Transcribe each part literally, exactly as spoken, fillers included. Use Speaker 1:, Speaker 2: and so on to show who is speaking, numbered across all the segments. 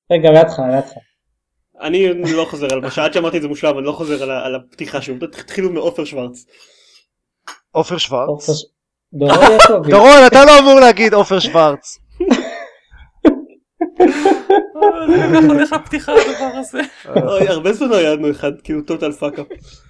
Speaker 1: רגע, לידך, לידך.
Speaker 2: אני לא חוזר על מה שעד שאמרתי את זה מושלם, אני לא חוזר על, על הפתיחה שוב, תתחילו מעופר שוורץ.
Speaker 3: עופר שוורץ?
Speaker 1: דורון יעקבי.
Speaker 3: דורון, אתה לא אמור להגיד עופר שוורץ.
Speaker 4: זה כל כך הולך הפתיחה הדבר הזה.
Speaker 2: אוי, הרבה זמן היה לנו אחד, כאילו טוטל פאק-אפ.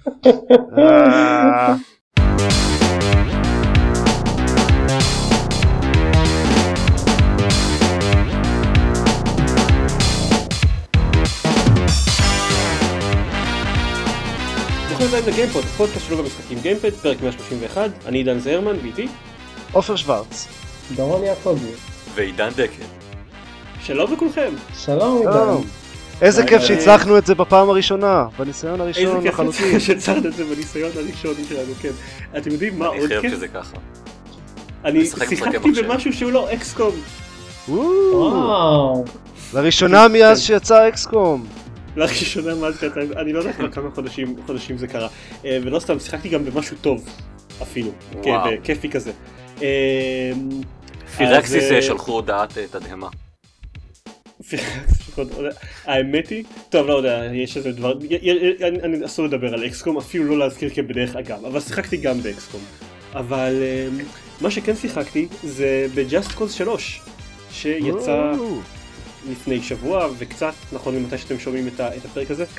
Speaker 2: ברוכים הבאים לגיימפוד, פודקאסט שלו במשחקים גיימפד, פרק מאה שלושים ואחת, אני עידן זהרמן ואיתי
Speaker 3: עופר שוורץ.
Speaker 1: דורון יעקבי.
Speaker 4: ועידן דקל.
Speaker 2: שלום לכולכם.
Speaker 1: שלום עידן.
Speaker 3: איזה כיף שהצלחנו את זה בפעם הראשונה, בניסיון הראשון
Speaker 2: איזה
Speaker 3: לחלוטין.
Speaker 2: כיף שהצלחנו את זה בניסיון הראשון שלנו, כן. אתם יודעים מה עוד
Speaker 4: אני
Speaker 2: כיף?
Speaker 4: חייב שזה ככה.
Speaker 2: אני
Speaker 4: משחק
Speaker 2: שיחקתי
Speaker 4: משחקי מחשב.
Speaker 2: במשהו שהוא לא אקסקום.
Speaker 1: וואו.
Speaker 3: לראשונה מאז שיצא אקסקום.
Speaker 2: לראשונה מאז שאתה, אני לא יודע כבר כמה חודשים, חודשים זה קרה. ולא סתם, שיחקתי גם במשהו טוב, אפילו.
Speaker 4: וואו.
Speaker 2: כיפי כזה.
Speaker 4: פירקסיס שלחו הודעת תדהמה.
Speaker 2: האמת היא, טוב לא יודע, יש איזה דבר, אני אסור לדבר על אקסקום, אפילו לא להזכיר כבדרך אגב, אבל שיחקתי גם באקסקום. אבל מה שכן שיחקתי זה ב-Just Cause שלוש, שיצא לפני שבוע וקצת, נכון למתי שאתם שומעים את הפרק הזה.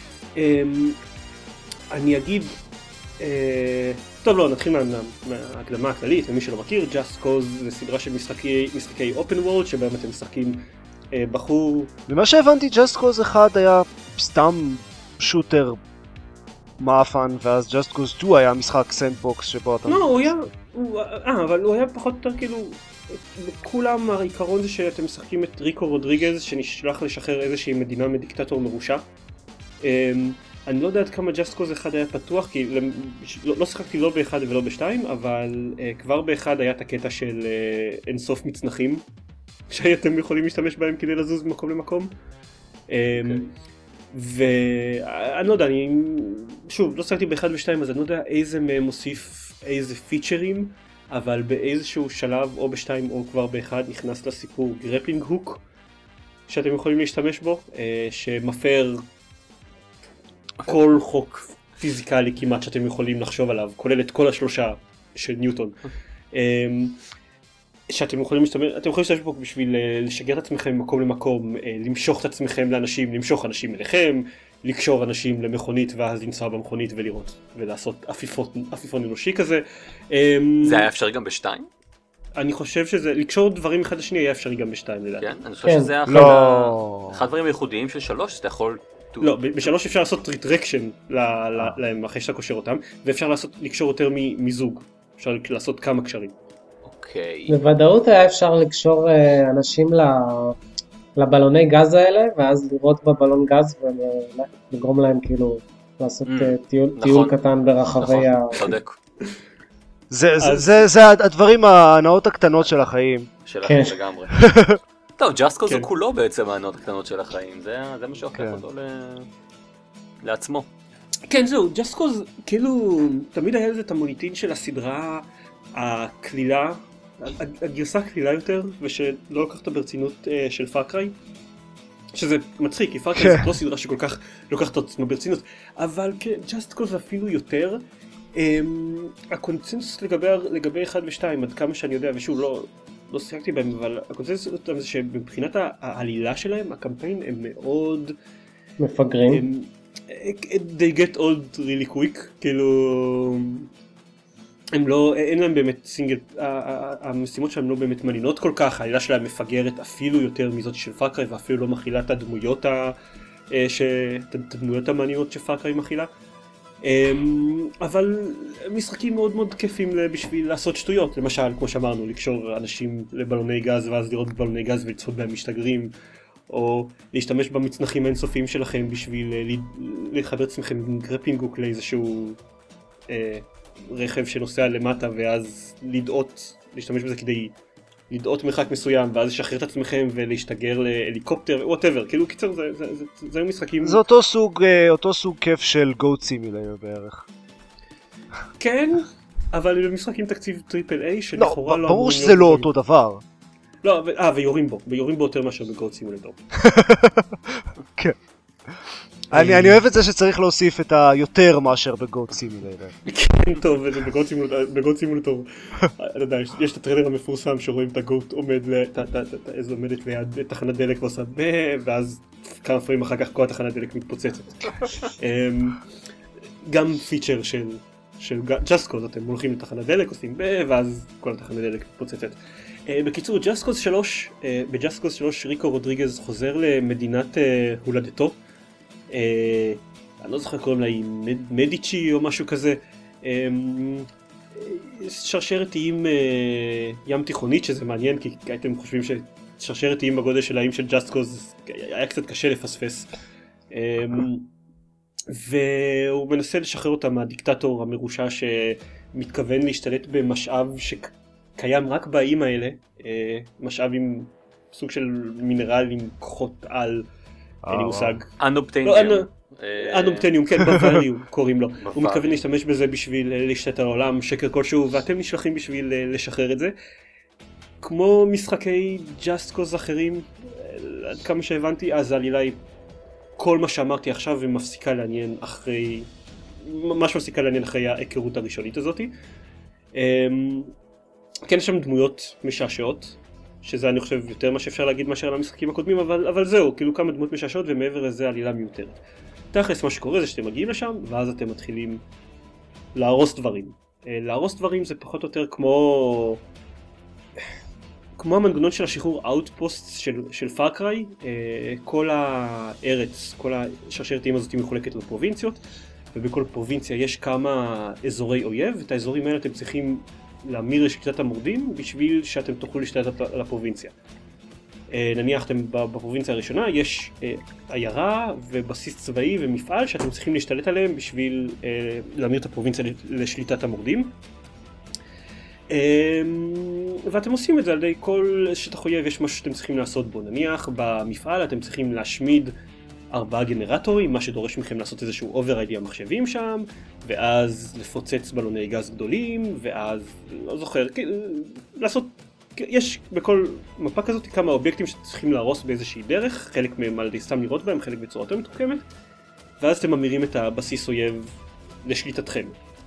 Speaker 2: אני אגיד, טוב לא, נתחיל מההקדמה הכללית, למי שלא מכיר, Just Cause זה סדרה של משחקי open world, שבהם אתם משחקים בחור.
Speaker 3: ממה שהבנתי, Just Cause אחד היה סתם שוטר מאפן, ואז Just Cause שתיים היה משחק סנדבוקס שבו אתה...
Speaker 2: לא, הוא היה, אה, אבל הוא היה פחות יותר כאילו, כולם העיקרון זה שאתם משחקים את ריקו רודריגז שנשלח לשחרר איזושהי מדינה מדיקטטור מרושע. אני לא יודע עד כמה Just Cause אחד היה פתוח, כי לא שיחקתי לא באחד ולא בשתיים, אבל כבר באחד היה את הקטע של אינסוף מצנחים. שאתם יכולים להשתמש בהם כדי לזוז ממקום למקום. ואני לא יודע, אני שוב, לא שחקתי באחד ושתיים, אז אני לא יודע איזה מהם מוסיף איזה פיצ'רים, אבל באיזשהו שלב, או בשתיים או כבר באחד, נכנס לסיפור גרפלינג הוק, שאתם יכולים להשתמש בו, שמפר כל חוק פיזיקלי כמעט שאתם יכולים לחשוב עליו, כולל את כל השלושה של ניוטון. שאתם יכולים להשתמש, אתם יכולים להשתמש פה בשביל לשגר את עצמכם ממקום למקום, למשוך את עצמכם לאנשים, למשוך אנשים אליכם, לקשור אנשים למכונית ואז לנסוע במכונית ולראות ולעשות עפיפות, עפיפון אנושי כזה.
Speaker 4: זה היה אפשרי גם בשתיים?
Speaker 2: אני חושב שזה, לקשור דברים אחד לשני היה אפשרי גם בשתיים לדעתי.
Speaker 4: כן, אני חושב שזה היה אחד הדברים הייחודיים של שלוש, שאתה יכול...
Speaker 2: לא, בשלוש אפשר לעשות ריטרקשן להם אחרי שאתה קושר אותם, ואפשר לעשות, לקשור יותר מזוג, אפשר לעשות כמה קשרים.
Speaker 1: בוודאות היה אפשר לקשור אנשים לבלוני גז האלה, ואז לראות בבלון גז ולגרום להם כאילו לעשות טיול קטן ברחבי ה...
Speaker 4: צודק.
Speaker 3: זה הדברים, ההנאות הקטנות של החיים.
Speaker 4: של החיים לגמרי. טוב, Just Cause זה כולו בעצם ההנאות הקטנות של החיים, זה מה שהופך אותו לעצמו.
Speaker 2: כן, זהו, Just Cause כאילו תמיד היה לזה את המוניטין של הסדרה הכלילה, הגרסה הכלילה יותר, ושלא לוקחת ברצינות של פארקריי, שזה מצחיק, כי פארקריי זאת לא סדרה שכל כך לוקחת את עצמה ברצינות, אבל כן, Just Cause אפילו יותר. הקונצנזוס לגבי אחד ושתיים, עד כמה שאני יודע, ושוב לא לא שיחקתי בהם, אבל הקונצנזוס זה שמבחינת העלילה שלהם, הקמפיין הם מאוד
Speaker 1: מפגרים.
Speaker 2: They get old really quick, כאילו... הם לא, אין להם באמת סינגל, המשימות שלהם לא באמת מעניינות כל כך, העלילה שלהם מפגרת אפילו יותר מזאת של פארקריי, ואפילו לא מכילה את הדמויות, את הדמויות המעניינות שפארקריי מכילה. אבל משחקים מאוד מאוד כיפים בשביל לעשות שטויות, למשל, כמו שאמרנו, לקשור אנשים לבלוני גז, ואז לראות בלוני גז ולצפות בהם משתגרים, או להשתמש במצנחים האינסופיים שלכם בשביל לחבר עצמכם עם גרפלינג הוק לאיזשהו... רכב שנוסע למטה ואז לדעות, להשתמש בזה כדי לדעות מרחק מסוים ואז לשחרר את עצמכם ולהשתגר להליקופטר, whatever, כאילו קיצר זה, זה, זה, זה, זה משחקים...
Speaker 3: זה אותו סוג, אותו סוג כיף של גוט סימולטור בערך.
Speaker 2: כן, אבל במשחקים תקציב טריפל איי שלכאורה
Speaker 3: לא... ברור שזה לא אותו דבר.
Speaker 2: לא, אה, ויורים בו, ויורים בו יותר מאשר בגוט סימולטור.
Speaker 3: אני, אני אוהב את זה שצריך להוסיף את היותר מאשר בגוט סימולטור.
Speaker 2: כן, טוב, בגוט סימולטור, אתה יודע, יש את הטריילר המפורסם שרואים את הגוט עומד, איזו עומדת ליד תחנת דלק ועושה ב... ואז כמה פעמים אחר כך כל התחנת דלק מתפוצצת. גם פיצ'ר של של Just Cause, אתם הולכים לתחנת דלק, עושים ב... ואז כל התחנת דלק מתפוצצת. בקיצור, Just Cause שלוש, ב-Just Cause שלוש ריקו רודריגז חוזר למדינת הולדתו. אני לא זוכר קוראים לה, היא מדיצ'י או משהו כזה. שרשרת איים ים תיכונית, שזה מעניין, כי הייתם חושבים ששרשרת איים בגודל של האיים של Just Cause היה קצת קשה לפספס. והוא מנסה לשחרר אותה מהדיקטטור המרושע שמתכוון להשתלט במשאב שקיים רק באיים האלה, משאב עם סוג של מינרל עם כוחות על, אין לי מושג.
Speaker 4: אנובטניום.
Speaker 2: אנובטניום, כן, בווריום קוראים לו. הוא מתכוון להשתמש בזה בשביל להשתלט על העולם, שקר כלשהו, ואתם נשלחים בשביל לשחרר את זה. כמו משחקי Just Cause אחרים, עד כמה שהבנתי, אז העלילה היא כל מה שאמרתי עכשיו ומפסיקה לעניין אחרי, ממש מפסיקה לעניין אחרי ההיכרות הראשונית הזאת. כן, יש שם דמויות משעשעות, שזה אני חושב יותר מה שאפשר להגיד מאשר על המשחקים הקודמים, אבל, אבל זהו, כאילו כמה דמויות משעשעות ומעבר לזה עלילה מיותרת. תכלס מה שקורה זה שאתם מגיעים לשם ואז אתם מתחילים להרוס דברים. להרוס דברים זה פחות או יותר כמו... כמו המנגנון של השחרור אאוטפוסט של, של פארקריי, כל הארץ, כל השרשרת איים הזאת מחולקת לפרובינציות, ובכל פרובינציה יש כמה אזורי אויב, ואת האזורים האלה אתם צריכים להמיר לשליטת המורדים, בשביל שאתם תוכלו להשתלט על הפרובינציה. נניח אתם בפרובינציה הראשונה, יש עיירה ובסיס צבאי ומפעל שאתם צריכים להשתלט עליהם בשביל להמיר את הפרובינציה לשליטת המורדים. ואתם עושים את זה על ידי כל שטח אויב יש משהו שאתם צריכים לעשות בו. נניח במפעל אתם צריכים להשמיד ארבעה גנרטורים, מה שדורש מכם לעשות איזשהו אוברייד עם המחשבים שם, ואז לפוצץ בלוני גז גדולים, ואז לא זוכר, לעשות, יש בכל מפה כזאת כמה אובייקטים שצריכים להרוס באיזושהי דרך, חלק מהם על ידי סתם לראות בהם, חלק בצורה יותר מתוחכמת, ואז אתם ממירים את הבסיס אויב לשליטתכם.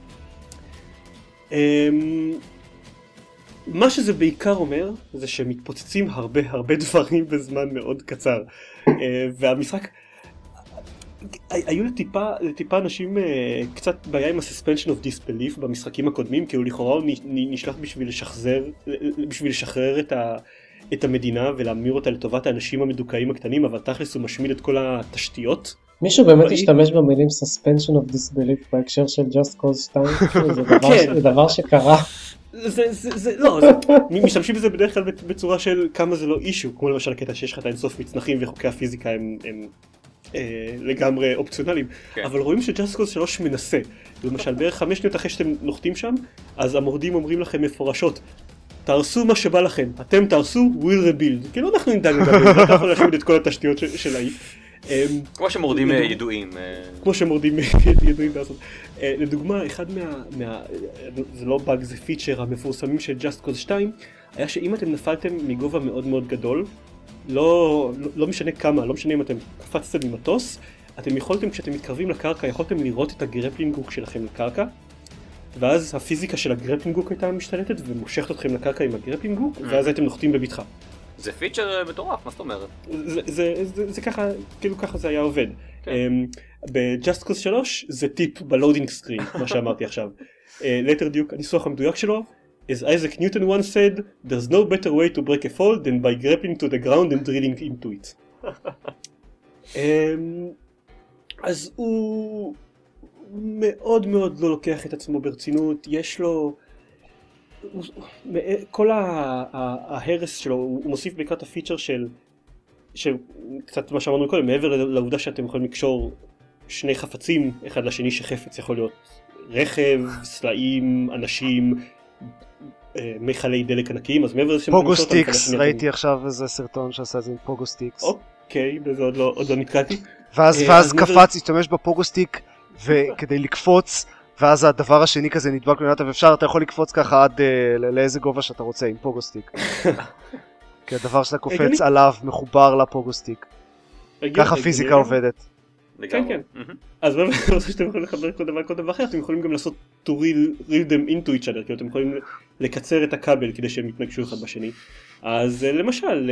Speaker 2: מה שזה בעיקר אומר זה שמתפוצצים הרבה הרבה דברים בזמן מאוד קצר, והמשחק היו לטיפה, לטיפה אנשים קצת בעיה עם ה-suspension of disbelief במשחקים הקודמים, כי הוא לכאורה הוא נשלח בשביל לשחזר, בשביל לשחרר את, ה, את המדינה ולהמיר אותה לטובת האנשים המדוכאים הקטנים, אבל תכלס הוא משמיד את כל התשתיות.
Speaker 1: מישהו באמת השתמש במילים suspension of disbelief בהקשר של Just Cause שתיים? זה דבר שקרה.
Speaker 2: זה, זה, זה, לא, זה, משתמשים בזה בדרך כלל בצורה של כמה זה לא אישו, כמו למשל הקטע שיש לך את האינסוף מצנחים וחוקי הפיזיקה הם, הם אה, לגמרי אופציונליים, כן. אבל רואים שג'אסט קוז שלוש מנסה, למשל בערך חמש שניות אחרי שאתם נוחתים שם, אז המורדים אומרים לכם מפורשות, תהרסו מה שבא לכם, אתם תהרסו, we'll rebuild, כאילו אנחנו נדאג לדבר, אתה יכול להשמיד את כל התשתיות של האי.
Speaker 4: כמו שמורדים ידועים.
Speaker 2: כמו שמורדים ידועים לעשות. לדוגמה, אחד מה, זה לא באג, זה פיצ'ר המפורסמים של Just Cause שתיים, היה שאם אתם נפלתם מגובה מאוד מאוד גדול, לא, לא משנה כמה, לא משנה אם אתם קפצתם ממטוס, אתם יכולתם, כשאתם מתקרבים לקרקע, יכולתם לראות את הגרפלינג הוק שלכם לקרקע, ואז הפיזיקה של הגרפלינג הוק הייתה משתלטת ומושכת אתכם לקרקע עם הגרפלינג הוק, ואז הייתם נוחתים בבטחה.
Speaker 4: זה פיצ'ר מטורף, מה זאת אומרת?
Speaker 2: זה, זה, זה, זה ככה, כאילו ככה זה היה עובד. ב-Just Cause שלוש זה טיפ בלואודינג סקרין, מה שאמרתי עכשיו. ליתר דיוק, הניסוח המדויק שלו, as Isaac Newton once said, there's no better way to break a fall than by grappling to the ground and drilling into it. אז הוא מאוד מאוד לא לוקח את עצמו ברצינות, יש לו... כל ההרס שלו, הוא מוסיף בעיקר את הפיצ'ר של, שקצת מה שאמרנו קודם, מעבר לעובדה שאתם יכולים לקשור שני חפצים אחד לשני, שחפץ יכול להיות רכב, סלעים, אנשים, מכלי דלק ענקיים, אז מעבר לזה...
Speaker 3: פוגוסטיקס, ראיתי עכשיו איזה סרטון שעשה את זה עם פוגוסטיקס.
Speaker 2: אוקיי, בזה עוד לא נתקעתי.
Speaker 3: ואז קפץ, השתמש בפוגוסטיק וכדי לקפוץ, ואז הדבר השני כזה נדבק למטה, ואפשר, אתה יכול לקפוץ ככה עד לאיזה גובה שאתה רוצה עם פוגוסטיק. כי הדבר שאתה קופץ עליו מחובר לפוגוסטיק. ככה פיזיקה עובדת.
Speaker 2: כן, כן. אז באמת, לא חושב שאתם יכולים לחבר כל דבר כל דבר אחר, אתם יכולים גם לעשות to read them into each other, כאילו אתם יכולים לקצר את הכבל כדי שהם יתנגשו אחד בשני. אז למשל,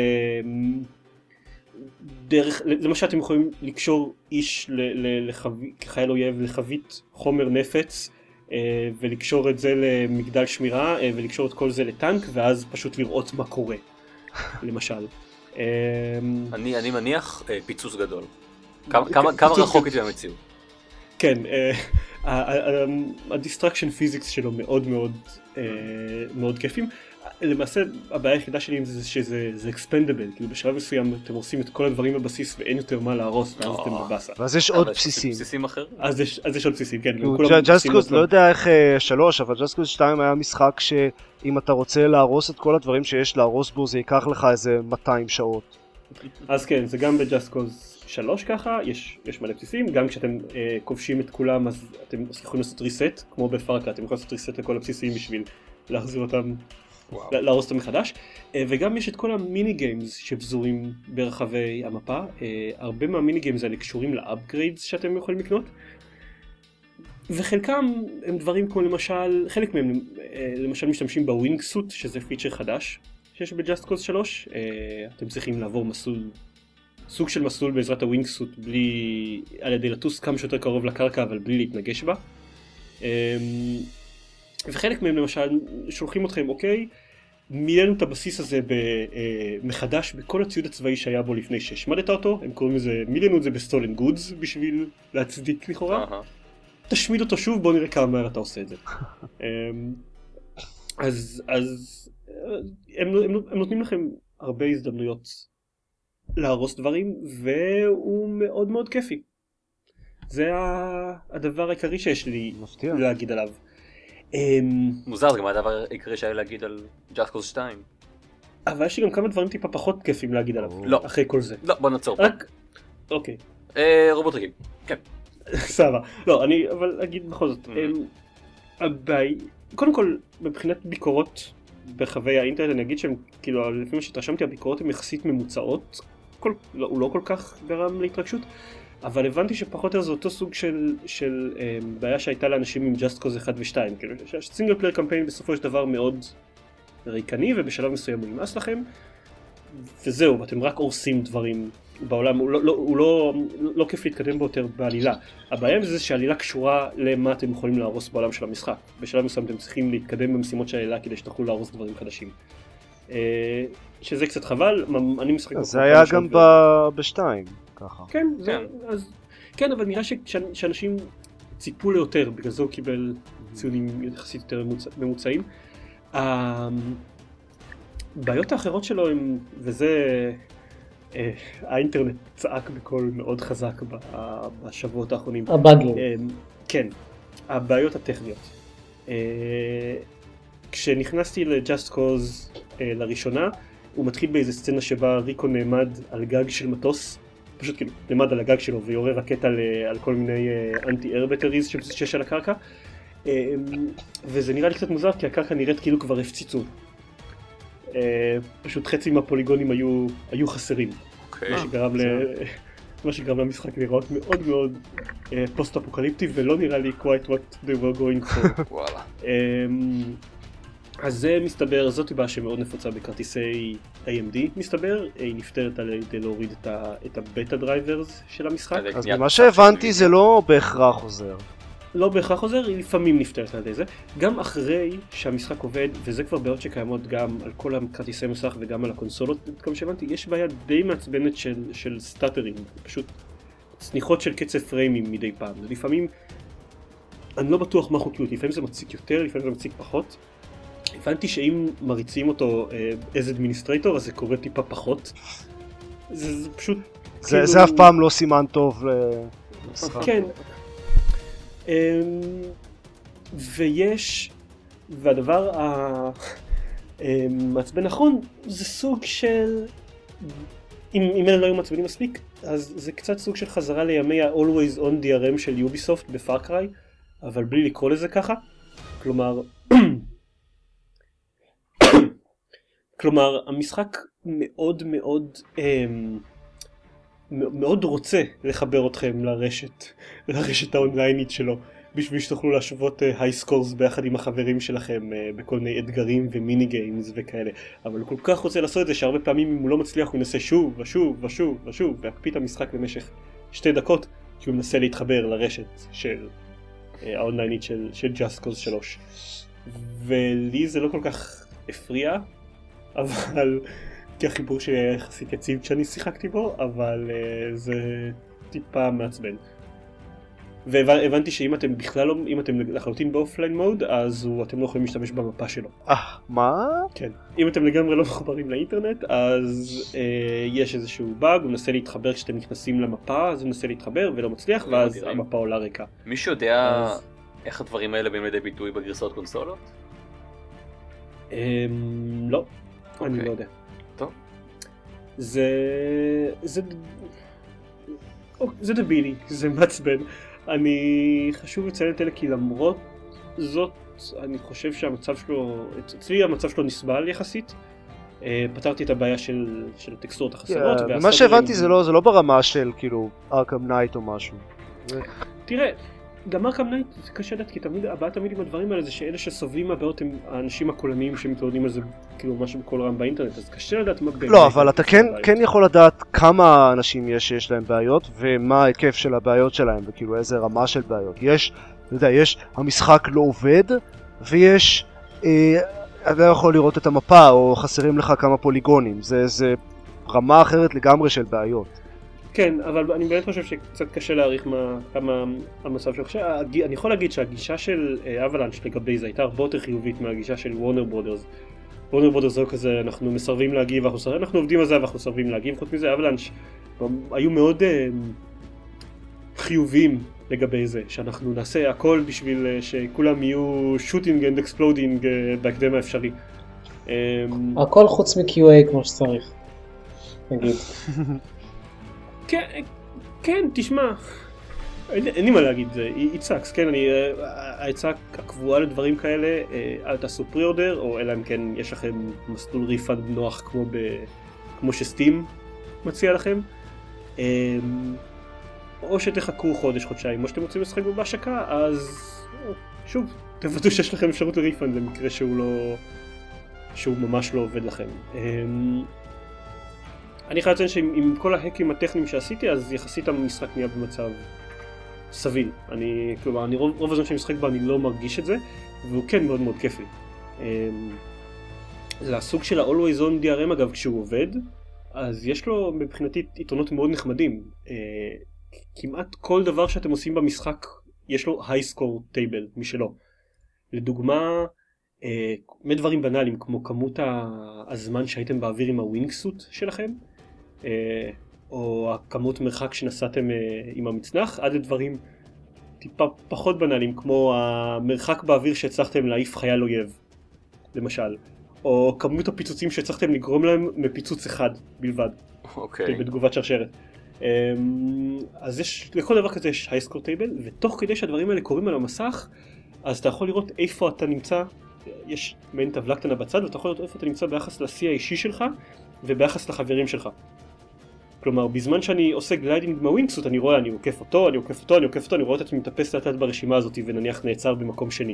Speaker 2: דרך, למשל אתם יכולים לקשור איש כחייל אויב לחבית חומר נפץ, ולקשור את זה למגדל שמירה, ולקשור את כל זה לטנק, ואז פשוט לראות מה קורה, למשל.
Speaker 4: אני אני מניח פיצוץ גדול. כמה רחוק איתי במציאות?
Speaker 2: כן, הדיסטרקשן פיזיקס שלו מאוד מאוד מאוד כיפים. למעשה הבעיה היחידה שלי עם זה שזה אקספנדבל, כאילו בשלב מסוים אתם עושים את כל הדברים בבסיס ואין יותר מה להרוס, ואז אתם בבאסה.
Speaker 3: ואז יש עוד בסיסים.
Speaker 4: בסיסים אחר?
Speaker 2: אז יש עוד בסיסים, כן.
Speaker 3: ג'אסט קוז, לא יודע איך שלוש, אבל ג'אסט קוז שתיים היה משחק שאם אתה רוצה להרוס את כל הדברים שיש להרוס בו, זה ייקח לך איזה מאתיים שעות.
Speaker 2: אז כן, זה גם בג'אסט קוז שלוש ככה, יש, יש מלא בסיסים, גם כשאתם אה, כובשים את כולם אז אתם יכולים לעשות ריסט, כמו בפארקה, אתם יכולים לעשות ריסט לכל הבסיסים בשביל להחזיר אותם, להרוס אותם מחדש, אה, וגם יש את כל המיני גיימס שפזורים ברחבי המפה, אה, הרבה מהמיני גיימס האלה קשורים לאפגריידס שאתם יכולים לקנות, וחלקם הם דברים כמו למשל, חלק מהם אה, למשל משתמשים בווינג סוט, שזה פיצ'ר חדש שיש בג'אסט קוז שלוש, אה, אתם צריכים לעבור מסלול, סוג של מסלול בעזרת הווינג סוט, בלי, על ידי לטוס כמה שיותר קרוב לקרקע אבל בלי להתנגש בה. וחלק מהם למשל שולחים אתכם, אוקיי, מילאנו את הבסיס הזה מחדש בכל הציוד הצבאי שהיה בו לפני שהשמדת אותו, הם קוראים לזה, מילאנו את זה בסטולן גודס בשביל להצדיק לכאורה, תשמיד אותו שוב, בוא נראה כמה מהר אתה עושה את זה. אז, אז הם, הם, הם נותנים לכם הרבה הזדמנויות להרוס דברים, והוא מאוד מאוד כיפי. זה הדבר העיקרי שיש לי
Speaker 3: מפתיע.
Speaker 2: להגיד עליו.
Speaker 4: מוזר, זה גם הדבר העיקרי שהיה להגיד על ג'אסט קוז שתיים.
Speaker 2: אבל יש לי גם כמה דברים טיפה פחות כיפים להגיד עליו,
Speaker 4: לא.
Speaker 2: אחרי כל זה.
Speaker 4: לא, בוא נעצור.
Speaker 2: רק, אוקיי.
Speaker 4: רובוט רגיל, כן.
Speaker 2: סבבה. לא, אני, אבל אגיד בכל זאת. הבעיה, קודם כל, מבחינת ביקורות ברחבי האינטרנט, אני אגיד שהם, כאילו, לפי מה שהתרשמתי, הביקורות הן יחסית ממוצעות, כל, לא, הוא לא כל כך גרם להתרגשות, אבל הבנתי שפחות או יותר זה אותו סוג של, של אה, בעיה שהייתה לאנשים עם Just Cause אחד ושתיים, כאילו, שסינגל פלייר קמפיין בסופו של דבר מאוד ריקני, ובשלב מסוים הוא נמאס לכם, וזהו, ואתם רק הורסים דברים בעולם, הוא לא, לא, הוא לא, לא כיף להתקדם בו יותר בעלילה. הבעיה עם זה שהעלילה קשורה למה אתם יכולים להרוס בעולם של המשחק. בשלב מסוים אתם צריכים להתקדם במשימות של העלילה כדי שתוכלו להרוס דברים חדשים. שזה קצת חבל, אני משחק...
Speaker 3: זה היה גם בשתיים, ככה.
Speaker 2: כן, אז... כן, אבל נראה שאנשים ציפו ליותר, בגלל זה הוא קיבל ציונים יחסית יותר ממוצעים. הבעיות האחרות שלו הם, וזה... האינטרנט צעק בקול מאוד חזק בשבועות האחרונים.
Speaker 1: הבאגים.
Speaker 2: כן, הבעיות הטכניות. כשנכנסתי ל-Just Cause לראשונה, הוא מתחיל באיזה סצנה שבה ריקו נעמד על גג של מטוס, פשוט כאילו נעמד על הגג שלו ויורה רקטה על כל מיני אנטי-אר בטריז שיש על הקרקע, וזה נראה לי קצת מוזר כי הקרקע נראית כאילו כבר הפציצו. פשוט חצי מהפוליגונים היו, היו חסרים. מה שגרם ל... מה שגרם למשחק לראות מאוד מאוד פוסט-אפוקליפטי, ולא נראה לי quite what they were going for. אז זה מסתבר, זאת בעיה שמאוד נפוצה בכרטיסי איי אם די, מסתבר, היא נפתרת על ידי להוריד את הבטה דרייברס של המשחק.
Speaker 3: אז מה שהבנתי זה לא בהכרח עוזר.
Speaker 2: לא בהכרח עוזר, היא לפעמים נפתרת על ידי זה. גם אחרי שהמשחק עובד, וזה כבר בעיות שקיימות גם על כל הכרטיסי מסך וגם על הקונסולות, כמו שהבנתי, יש בעיה די מעצבנת של, של סטאטרים, פשוט צניחות של קצב פריימים מדי פעם. לפעמים, אני לא בטוח מה חוקיות, לפעמים זה מציק יותר, לפעמים זה מציק פחות. הבנתי שאם מריצים אותו as administrator, אז זה קורה טיפה פחות. זה, זה פשוט...
Speaker 3: זה, כאילו... זה אף פעם לא סימן טוב למשחק.
Speaker 2: כן. ויש, והדבר המעצבן נכון, זה סוג של, אם, אם אלה לא היו מעצבנים מספיק, אז זה קצת סוג של חזרה לימי ה-Always on די אר אם של יוביסופט בפארקריי, אבל בלי לקרוא לזה ככה. כלומר, כלומר, המשחק מאוד מאוד מאוד רוצה לחבר אתכם לרשת, לרשת האונליינית שלו, בשביל שתוכלו להשוות היי סקורס ביחד עם החברים שלכם בכל מיני אתגרים ומיני גיימס וכאלה. אבל הוא כל כך רוצה לעשות את זה שהרבה פעמים אם הוא לא מצליח הוא ינסה שוב ושוב ושוב ושוב והקפיא את המשחק למשך שתי דקות כי הוא מנסה להתחבר לרשת של האונליינית של, של Just Cause שלוש. ולי זה לא כל כך הפריע, אבל כי החיבור שהיה יחסית יציב כשאני שיחקתי בו, אבל uh, זה טיפה מעצבן. והבנתי שאם אתם בכלל לא, אם אתם לחלוטין באופליין מוד, אז הוא, אתם לא יכולים להשתמש במפה שלו.
Speaker 3: אה, מה?
Speaker 2: כן. אם אתם לגמרי לא מחוברים לאינטרנט, אז uh, יש איזשהו באג, הוא מנסה להתחבר כשאתם נכנסים למפה, אז הוא מנסה להתחבר ולא מצליח, ואז מדירים. המפה עולה ריקה.
Speaker 4: מישהו יודע
Speaker 2: אז...
Speaker 4: איך הדברים האלה באים לידי ביטוי בגרסאות קונסולות?
Speaker 2: Um, לא, okay. אני לא יודע.
Speaker 4: טוב.
Speaker 2: זה... זה... זה דבילי, זה מעצבן. אני חשוב לציין את אלה כי למרות זאת אני חושב שהמצב שלו, אצלי המצב שלו נסבל יחסית. פתרתי את הבעיה של, של הטקסטורות החסרות.
Speaker 3: Yeah, מה שהבנתי זה לא, זה לא ברמה של כאילו ארכם נייט או משהו.
Speaker 2: תראה, גם ארכם נייט זה קשה לדעת כי תמיד, הבעיה תמיד עם הדברים האלה זה שאלה שסובלים מהבעיות הם האנשים הקולניים שמתלוננים על זה כאילו משהו בכל רם באינטרנט, אז קשה לדעת מה באמת.
Speaker 3: לא, אבל אתה כן, כן יכול לדעת כמה אנשים יש שיש להם בעיות ומה ההיקף של הבעיות שלהם וכאילו איזה רמה של בעיות. יש, אתה יודע, יש המשחק לא עובד ויש, אה, אתה יכול לראות את המפה או חסרים לך כמה פוליגונים, זה, זה רמה אחרת לגמרי של בעיות.
Speaker 2: כן, אבל אני באמת חושב שקצת קשה להעריך מה, כמה המצב שלו. אני יכול להגיד שהגישה של אבלנץ' לגבי זה הייתה הרבה יותר חיובית מהגישה של וורנר ברודרס. וורנר ברודרס זה כזה, אנחנו מסרבים להגיב, אנחנו, אנחנו עובדים על זה ואנחנו מסרבים להגיב. חוץ מזה, אבלנץ' היו מאוד uh, חיוביים לגבי זה, שאנחנו נעשה הכל בשביל uh, שכולם יהיו shooting and exploding uh, בהקדם האפשרי. Um,
Speaker 1: הכל חוץ מ-קיו איי כמו שצריך, נגיד.
Speaker 2: כן, כן, תשמע, אין לי מה להגיד, it sucks, כן, אני, ההצעה הקבועה לדברים כאלה, אל תעשו פרי-אורדר, או אלא אם כן יש לכם מסלול ריפאנד נוח כמו, ב, כמו שסטים מציע לכם, או שתחכו חודש, חודשיים, או שאתם רוצים לשחק בו בהשקה, אז שוב, תוודאו שיש לכם אפשרות לריפאנד במקרה שהוא לא, שהוא ממש לא עובד לכם. אני חייב לציין שעם כל ההקים הטכניים שעשיתי, אז יחסית המשחק נהיה במצב סביל. אני, כלומר, אני רוב, רוב הזמן שאני משחק בה אני לא מרגיש את זה, והוא כן מאוד מאוד כיף לי. זה הסוג של ה-Always On די אר אם אגב, כשהוא עובד, אז יש לו מבחינתי יתרונות מאוד נחמדים. כמעט כל דבר שאתם עושים במשחק, יש לו High Score Table משלו. לדוגמה, מדברים בנאליים כמו כמות הזמן שהייתם באוויר עם הווינגסוט שלכם, או הכמות מרחק שנסעתם עם המצנח, עד לדברים טיפה פחות בנאליים כמו המרחק באוויר שהצלחתם להעיף חייל אויב למשל, או כמות הפיצוצים שהצלחתם לגרום להם מפיצוץ אחד בלבד.
Speaker 4: אוקיי.
Speaker 2: בתגובת שרשרת. אז יש, לכל דבר כזה יש High Score Table, ותוך כדי שהדברים האלה קורים על המסך, אז אתה יכול לראות איפה אתה נמצא, יש מעין טבלה קטנה בצד, ואתה יכול לראות איפה אתה נמצא ביחס לשיא האישי שלך, וביחס לחברים שלך. כלומר, בזמן שאני עושה גליידינג מהווינגסוט, אני רואה, אני עוקף אותו, אני עוקף אותו, אני עוקף אותו, אני רואה את עצמי מטפס לאט לאט ברשימה הזאת, ונניח נעצר במקום שני.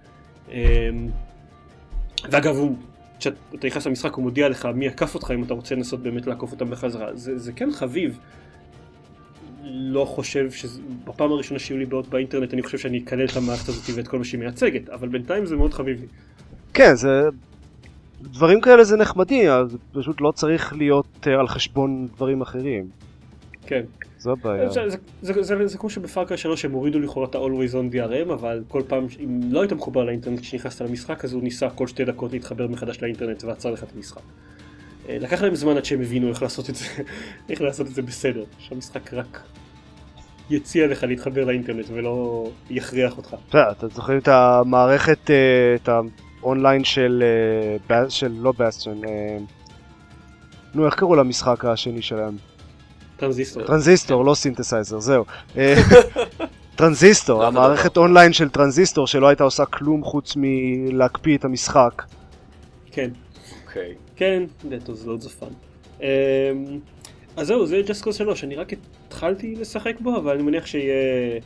Speaker 2: ואגב, הוא, כשאתה נכנס למשחק, הוא מודיע לך מי עקף אותך, אם אתה רוצה לנסות באמת לעקוף אותם בחזרה. זה, זה כן חביב. לא חושב שבפעם הראשונה שיהיו לי בעיות באינטרנט, אני חושב שאני אקלל את המערכת הזאת ואת כל מה שהיא מייצגת, אבל בינתיים זה מאוד חביב לי.
Speaker 3: כן, זה... דברים כאלה זה נחמדי, אז פשוט לא צריך להיות על חשבון דברים אחרים.
Speaker 2: כן.
Speaker 3: זו הבעיה.
Speaker 2: זה, זה, זה, זה, זה כמו שבפארקריי שלוש הם הורידו לכאורה את ה-Always On די אר אם, אבל כל פעם, אם לא היית מחובר לאינטרנט כשנכנסת למשחק, אז הוא ניסה כל שתי דקות להתחבר מחדש לאינטרנט ועצר לך את המשחק. לקח להם זמן עד שהם הבינו איך לעשות את זה, איך לעשות את זה בסדר, שהמשחק רק יציע לך להתחבר לאינטרנט ולא יכריח אותך.
Speaker 3: אתה זוכר את המערכת, את האונליין של, של לא באסטיון, נו איך קראו למשחק השני שלהם?
Speaker 2: טרנזיסטור.
Speaker 3: טרנזיסטור, לא סינתסייזר, זהו. טרנזיסטור, המערכת אונליין של טרנזיסטור שלא הייתה עושה כלום חוץ מלהקפיא את המשחק.
Speaker 2: כן.
Speaker 4: אוקיי.
Speaker 2: כן, that was loads of fun. אז זהו, זה Just Cause שלוש, אני רק התחלתי לשחק בו, אבל אני מניח שיהיה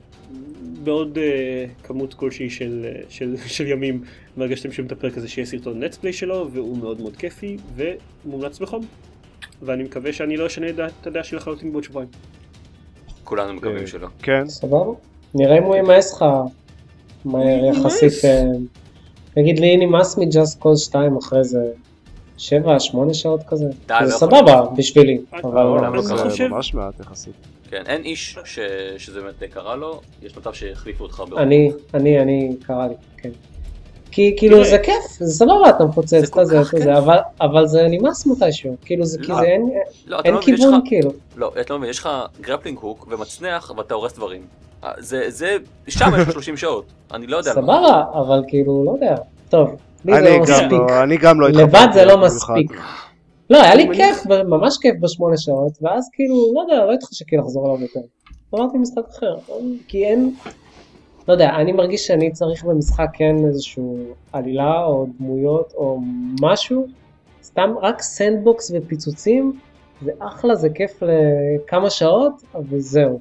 Speaker 2: בעוד uh, כמות כלשהי של, של, של ימים מהרגע שאתם שומעים את הפרק הזה שיהיה סרטון נטספליי שלו, והוא מאוד מאוד כיפי ומומלץ בחום. ואני מקווה שאני לא אשנה את הדעה שלי לחלוטין בעוד שבועיים.
Speaker 4: כולנו מקווים שלא.
Speaker 3: כן.
Speaker 1: סבבה. נראה אם הוא ימאס לך מהר יחסית. תגיד לי, נמאס מ-Just Cause שתיים אחרי זה שבע, שמונה שעות כזה. זה סבבה בשבילי.
Speaker 3: אבל זה ממש מעט יחסית.
Speaker 4: כן, אין איש שזה באמת קרה לו, יש מצב שהחליפו אותך ברוב.
Speaker 1: אני, אני, אני, קרה לי, כן. כי כאילו זה כיף, זה סבבה, אתה מפוצץ את זה, אבל זה נמאס מתישהו, כאילו זה אין כיוון כאילו.
Speaker 4: לא, אתה לא מבין, יש לך גרפלינג הוק ומצנח ואתה הורס דברים. זה, שם יש שלושים שעות, אני לא יודע.
Speaker 1: סבבה, אבל כאילו, לא יודע, טוב, לי זה לא מספיק.
Speaker 3: אני גם לא
Speaker 1: לבד זה לא מספיק. לא, היה לי כיף, ממש כיף בשמונה שעות, ואז כאילו, לא יודע, לא התחשקי לחזור עליו יותר. אמרתי משחק אחר, כי אין, לא יודע, אני מרגיש שאני צריך במשחק כן איזשהו עלילה או דמויות או משהו, סתם רק סנדבוקס ופיצוצים, זה אחלה, זה כיף לכמה שעות, אבל זהו.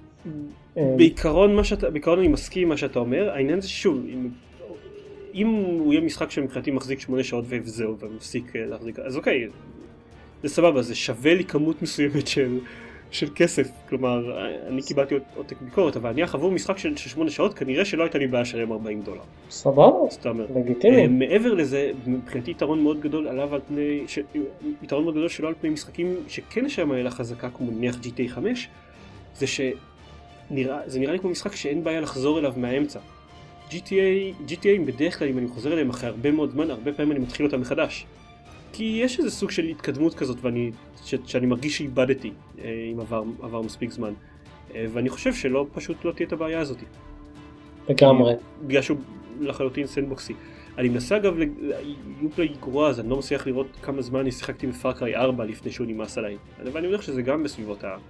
Speaker 2: בעיקרון, מה שאתה, בעיקרון אני מסכים מה שאתה אומר, העניין זה שוב, אם, אם הוא יהיה משחק שמבחינתי מחזיק שמונה שעות וזהו, ומפסיק להחזיק, אז אוקיי, זה סבבה, זה שווה לי כמות מסוימת של, של כסף, כלומר, אני קיבלתי עותק ביקורת, אבל אני אחבור משחק של שמונה שעות, כנראה שלא הייתה לי בעיה שלם ארבעים דולר.
Speaker 1: סבבה, לגיטימי.
Speaker 2: מעבר לזה, מבחינתי יתרון מאוד גדול עליו על פני, ש... יתרון מאוד גדול שלו על פני משחקים שכן יש שם מעלה חזקה, כמו נניח ג'י טי איי חמש, זה שנראה, זה נראה לי כמו משחק שאין בעיה לחזור אליו מהאמצע. ג'י טי איי, ג'י טי איי בדרך כלל אם אני חוזר אליהם אחרי הרבה מאוד זמן, הרבה פעמים אני מתחיל אותם מחדש. כי יש איזה סוג של התקדמות כזאת ואני, ש, שאני מרגיש שאיבדתי אם עבר, עבר מספיק זמן. ואני חושב שלא, פשוט לא תהיה את הבעיה הזאת.
Speaker 1: לגמרי.
Speaker 2: בגלל שהוא לחלוטין סנדבוקסי. אני מנסה אגב, יופליי גרוע, אז אני לא מצליח לראות כמה זמן אני שיחקתי בפאר קריי ארבע לפני שהוא נמאס עליי. אבל אני יודע שזה גם בסביבות ה...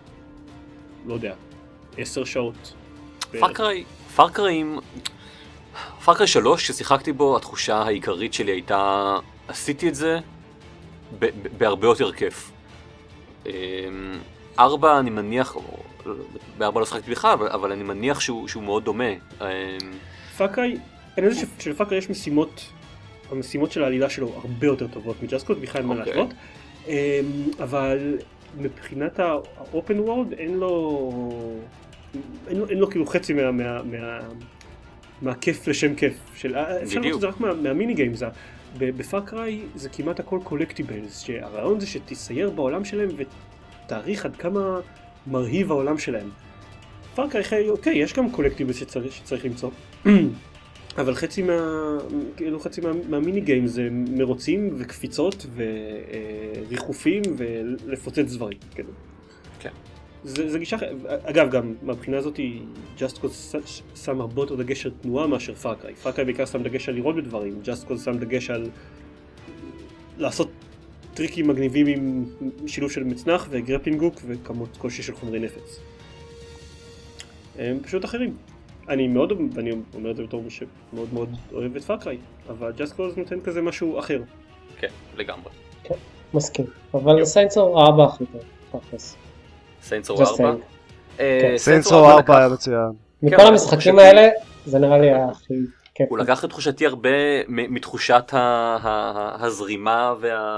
Speaker 2: לא יודע, עשר שעות.
Speaker 4: פאר קריי, פאר קריים... פאר קריי שלוש, ששיחקתי בו, התחושה העיקרית שלי הייתה... עשיתי את זה בהרבה יותר כיף. ארבע אני מניח, בארבע לא שחקתי בכלל, אבל אני מניח שהוא מאוד דומה.
Speaker 2: פאר קריי, אני יודע שלפאר קריי יש משימות, המשימות של העלילה שלו הרבה יותר טובות מ-Just Cause, בכלל אין מה להשוות. אבל מבחינת ה-open world אין לו, אין לו כאילו חצי מהכיף לשם כיף. אפשר לראות את זה רק מהמיני גיימס. בפאר קריי זה כמעט הכל קולקטיבלס, שהרעיון זה שתסייר בעולם שלהם ותעריך עד כמה מרהיב העולם שלהם. פאר קריי, אוקיי, יש גם קולקטיבלס שצריך, שצריך למצוא, אבל חצי מה, כאילו חצי מה, מהמיני גיים זה מרוצים וקפיצות וריחופים ולפוצץ דברים, כאילו. כן. זה, זה גישה, אגב, גם מהבחינה הזאת, Just Cause שם הרבה יותר דגש על תנועה מאשר פאר קריי. פאר קריי בעיקר שם דגש על לראות בדברים, Just Cause שם דגש על לעשות טריקים מגניבים עם שילוב של מצנח וגרפלינג הוק וכמות כלשהי של חומרי נפץ. הם פשוט אחרים. אני מאוד, ואני אומר את זה בתור מי שמאוד מאוד אוהב את פאר קריי, אבל Just Cause נותן כזה משהו אחר.
Speaker 4: כן, לגמרי.
Speaker 1: כן, מסכים. אבל סיינס רו ארבע הכי טוב, תכלס.
Speaker 4: סיינס רו ארבע?
Speaker 3: סיינס רו ארבע היה מצוין.
Speaker 1: מכל המשחקים האלה, זה נראה לי הכי כיף.
Speaker 4: הוא לקח את תחושתי הרבה מתחושת הזרימה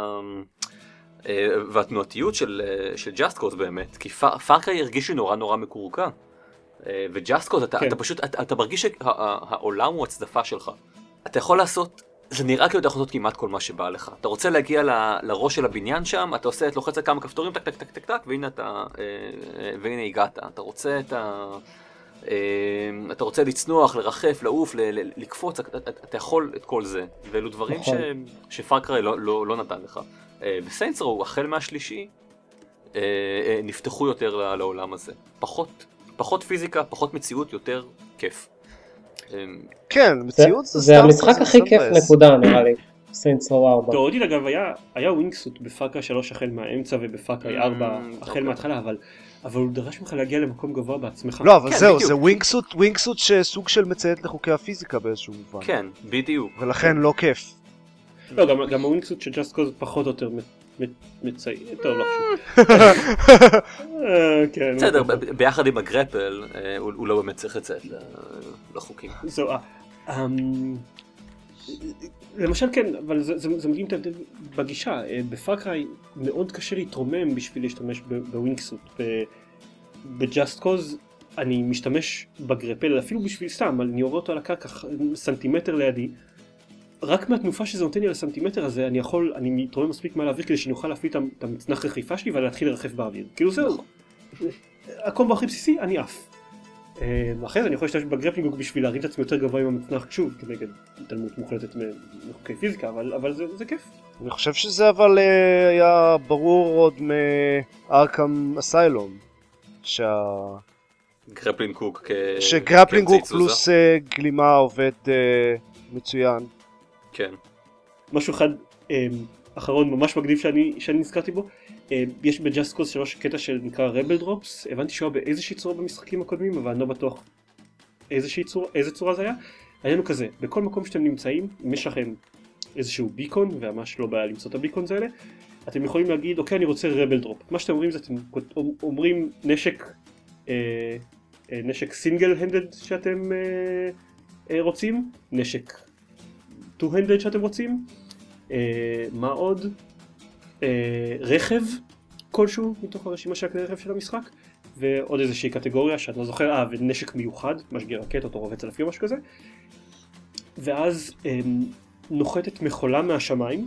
Speaker 4: והתנועתיות של Just Cause באמת, כי פאר קריי הרגיש לי נורא נורא מקורקע. ו-Just Cause, אתה, אתה פשוט, אתה, אתה מרגיש שהעולם הוא הצדפה שלך. אתה יכול לעשות, זה נראה כאילו אתה יכול לעשות כמעט כל מה שבא לך. אתה רוצה להגיע ל, לראש של הבניין שם, אתה עושה, את לוחץ על כמה כפתורים, טק טק טק טק טק, והנה אתה, והנה הגעת. אתה רוצה את ה... אתה רוצה לצנוח, לרחף, לעוף, לקפוץ, אתה, אתה יכול את כל זה. ואלו דברים ש, שפאר קריי לא, לא, לא נתן לך. וסיינס רו, החל מהשלישי, נפתחו יותר לעולם הזה. פחות... פחות פיזיקה, פחות מציאות, יותר כיף.
Speaker 3: כן, מציאות זה...
Speaker 1: זה המשחק הכי כיף נקודה נראה לי, סיינס רו ארבע.
Speaker 2: תאורטית אגב היה ווינגסוט בפאר קריי שלוש החל מהאמצע ובפאר קריי ארבע החל מההתחלה, אבל הוא דרש ממך להגיע למקום גבוה בעצמך.
Speaker 3: לא, אבל זהו, זה ווינגסוט, ווינגסוט שסוג של מציית לחוקי הפיזיקה באיזשהו מובן.
Speaker 4: כן, בדיוק.
Speaker 3: ולכן לא כיף.
Speaker 2: לא, גם הווינגסוט של Just Cause פחות או יותר מצעי, טוב, לא חשוב.
Speaker 4: בסדר, ביחד עם הגרפל, הוא לא באמת צריך לצאת לחוקים.
Speaker 2: זהו, למשל כן, אבל זה מדהים את ההבדל בגישה. בפאר קריי מאוד קשה להתרומם בשביל להשתמש בווינגסוט. בג'אסט קוז אני משתמש בגרפל, אפילו בשביל סתם, אני יורה אותו על הקרקע סנטימטר לידי. רק מהתנופה שזה נותן לי על הסנטימטר הזה, אני יכול, אני מתרומם מספיק מעל האוויר כדי שאני אוכל להפעיל את המצנח רכיפה שלי ולהתחיל לרחף באוויר. כאילו זהו, הקומבו הכי בסיסי, אני עף. ואחרי זה אני יכול להשתמש בגרפלינג בשביל להרים את עצמי יותר גבוה עם המצנח, שוב, כנגד התעלמות מוחלטת מחוקי פיזיקה, אבל זה כיף.
Speaker 3: אני חושב שזה אבל היה ברור עוד מארקם אסיילום, שה...
Speaker 4: גרפלינג הוק
Speaker 3: שגרפלינג הוק פלוס גלימה עובד מצוין.
Speaker 4: כן.
Speaker 2: משהו אחד אחרון ממש מגניב שאני נזכרתי בו, יש בג'אסט קוז שלוש קטע שנקרא רבל דרופס, הבנתי שהוא היה באיזושהי צורה במשחקים הקודמים, אבל אני לא בטוח איזה צורה זה היה. העניין הוא כזה, בכל מקום שאתם נמצאים, אם יש לכם איזשהו ביקון, וממש לא בעיה למצוא את הביקונס האלה, אתם יכולים להגיד, אוקיי, אני רוצה רבל דרופ. מה שאתם אומרים זה, אתם אומרים נשק, נשק סינגל הנדד שאתם רוצים, נשק טו הנדד שאתם רוצים, מה עוד? רכב כלשהו מתוך הרשימה של הכלי רכב של המשחק, ועוד איזושהי קטגוריה שאני לא זוכר, אה, ונשק מיוחד, משגר רקטות או רובץ אלפי או משהו כזה, ואז נוחתת מכולה מהשמיים,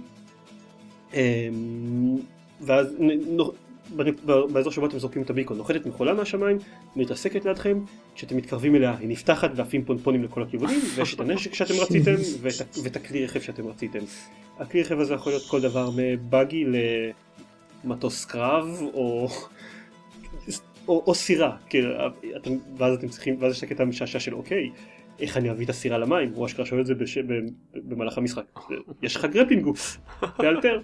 Speaker 2: ואז באזור שבו אתם זורקים את הביקון, נוחתת מכולה מהשמיים, מתעסקת לידכם, כשאתם מתקרבים אליה היא נפתחת ועפים פונפונים לכל הכיוונים, ויש את הנשק שאתם רציתם ואת הכלי רכב שאתם רציתם. הכלי רכב הזה יכול להיות כל דבר מבאגי למטוס קרב או או, או סירה, ואז אתם צריכים, ואז יש את הקטע המשעשע של אוקיי, איך אני אביא את הסירה למים? הוא אשכרה שואל את זה בש... במהלך המשחק. יש לך גרפלינג גוף, תאלתר.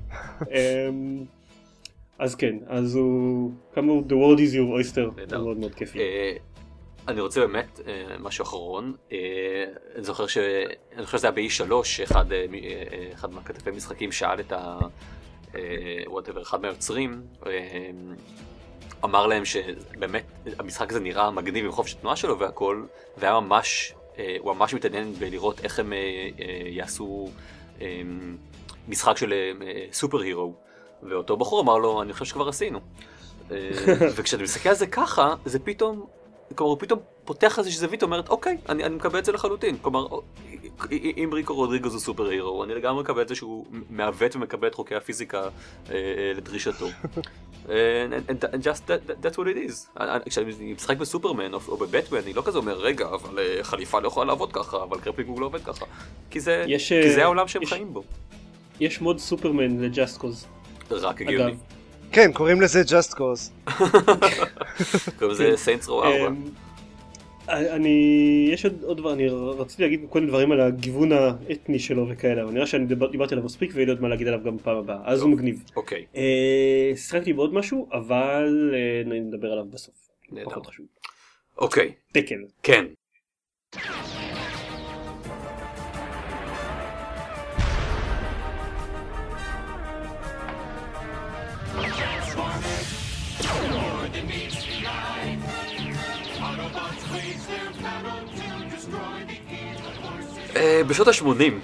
Speaker 2: אז כן, אז הוא, כאמור, The World is your oyster, הוא מאוד מאוד כיפי.
Speaker 4: אני רוצה באמת משהו אחרון, אני זוכר ש... אני חושב שזה היה ב-אי שלוש, אחד מהכתבי משחקים שאל את ה... whatever, אחד מהיוצרים, אמר להם שבאמת המשחק הזה נראה מגניב עם חופש התנועה שלו והכל, והיה ממש, הוא ממש מתעניין בלראות איך הם יעשו משחק של סופר הירו, ואותו בחור אמר לו, אני חושב שכבר עשינו. וכשאתה מסתכל על זה ככה, זה פתאום, כלומר הוא פתאום פותח איזושהי זווית, אומרת, אוקיי, אני, אני מקבל את זה לחלוטין. כלומר, אם ריקו רודריגז הוא סופר הירו, אני לגמרי מקבל את זה שהוא מעוות ומקבל את חוקי הפיזיקה אה, לדרישתו. And, and, and just that, that, that's what it is. כשאני משחק בסופרמן או, או בבטמן, אני לא כזה אומר, רגע, אבל uh, חליפה לא יכולה לעבוד ככה, אבל גרפלינג הוא לא עובד ככה. כי זה,
Speaker 2: יש,
Speaker 4: כי זה העולם שהם
Speaker 2: יש,
Speaker 4: חיים בו.
Speaker 2: יש מוד סופרמן לג'אסט קוז.
Speaker 4: רק הגיוני.
Speaker 3: כן, קוראים לזה Just Cause.
Speaker 4: קוראים לזה Saints Row ארבע.
Speaker 2: אני, יש עוד, עוד דבר, אני רציתי להגיד כל מיני דברים על הגיוון האתני שלו וכאלה, אבל נראה שאני דיבר, דיברתי עליו מספיק ויהיה לי עוד מה להגיד עליו גם בפעם הבאה, אז הוא מגניב.
Speaker 4: אוקיי.
Speaker 2: שחקתי בעוד משהו, אבל נדבר עליו בסוף. פחות חשוב.
Speaker 4: אוקיי.
Speaker 2: תקן.
Speaker 4: כן. בשנות ה-שמונים.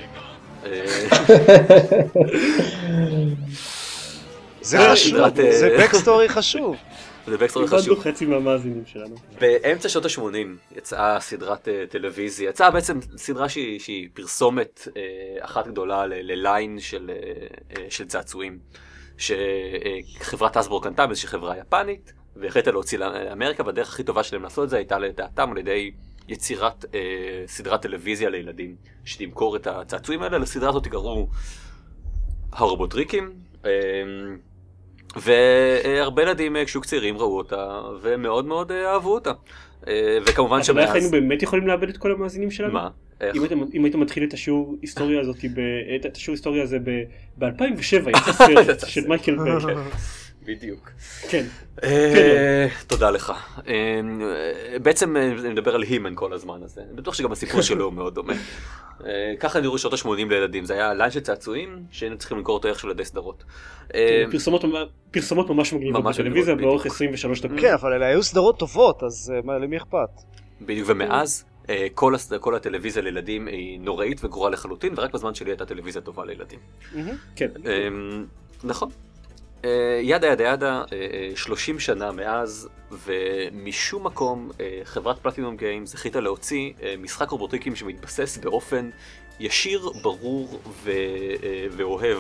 Speaker 3: זה חשוב, זה בקסטורי חשוב.
Speaker 4: זה בקסטורי חשוב.
Speaker 2: איבדנו חצי מהמאזינים שלנו.
Speaker 4: באמצע שנות ה-שמונים יצאה סדרת טלוויזיה, יצאה בעצם סדרה שהיא פרסומת אחת גדולה לליין של צעצועים, שחברת אסברו קנתה באיזושהי חברה יפנית, והחליטה להוציא לאמריקה, והדרך הכי טובה שלהם לעשות את זה הייתה לדעתם על ידי יצירת אה, סדרת טלוויזיה לילדים שתמכור את הצעצועים האלה. לסדרה הזאת קראו הרובוטריקים, אה, והרבה ילדים כשהיו צעירים ראו אותה ומאוד מאוד אהבו אותה, אה, וכמובן
Speaker 2: שמאז... אבל איך היינו באמת יכולים לאבד את כל המאזינים שלנו?
Speaker 4: מה?
Speaker 2: אם היית, אם היית מתחיל את השיעור היסטוריה הזאת, את השיעור היסטוריה הזה ב-אלפיים ושבע, יצא סרט של מייקל ביי.
Speaker 4: בדיוק.
Speaker 2: כן.
Speaker 4: תודה לך. בעצם אני מדבר על הימן כל הזמן הזה. אני בטוח שגם הסיפור שלו הוא מאוד דומה. ככה נראו שנות ה-שמונים לילדים. זה היה ליין של צעצועים שהיינו צריכים למכור אותו איכשהו לידי סדרות.
Speaker 2: פרסומות ממש מגניבות בטלוויזיה באורך עשרים ושלוש דקות.
Speaker 3: כן, אבל אלה היו סדרות טובות, אז למי אכפת?
Speaker 4: בדיוק, ומאז כל, כל הטלוויזיה לילדים היא נוראית וגרועה לחלוטין, ורק בזמן שלי הייתה טלוויזיה טובה לילדים.
Speaker 2: כן.
Speaker 4: נכון. ידה ידה ידה, שלושים שנה מאז, ומשום מקום חברת פלטינום גיימס החליטה להוציא משחק רובוטריקים שמתבסס באופן ישיר, ברור ואוהב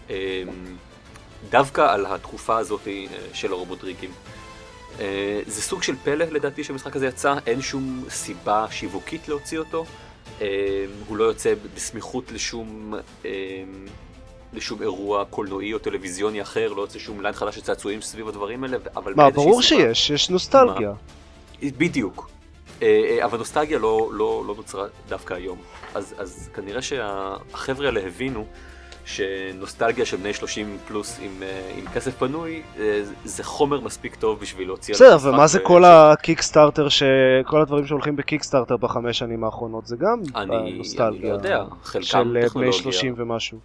Speaker 4: דווקא על התקופה הזאת של הרובוטריקים. זה סוג של פלא לדעתי שהמשחק הזה יצא, אין שום סיבה שיווקית להוציא אותו, הוא לא יוצא בסמיכות לשום לשום אירוע קולנועי או טלוויזיוני אחר, לא יוצא שום ליין חדש של צעצועים סביב הדברים האלה, אבל
Speaker 3: מה, ברור שיש, יש נוסטלגיה.
Speaker 4: בדיוק, אבל נוסטלגיה לא, לא, לא נוצרה דווקא היום, אז, אז כנראה שהחבר'ה האלה הבינו שנוסטלגיה של בני שלושים פלוס עם, עם כסף פנוי זה חומר מספיק טוב בשביל להוציא על המשחק.
Speaker 3: בסדר, ומה זה כל הקיקסטארטר, כל הדברים שהולכים בקיקסטארטר בחמש שנים האחרונות, זה גם נוסטלגיה
Speaker 4: אני לא יודע, חלקם
Speaker 3: של
Speaker 4: טכנולוגיה.
Speaker 3: בני שלושים ומשהו.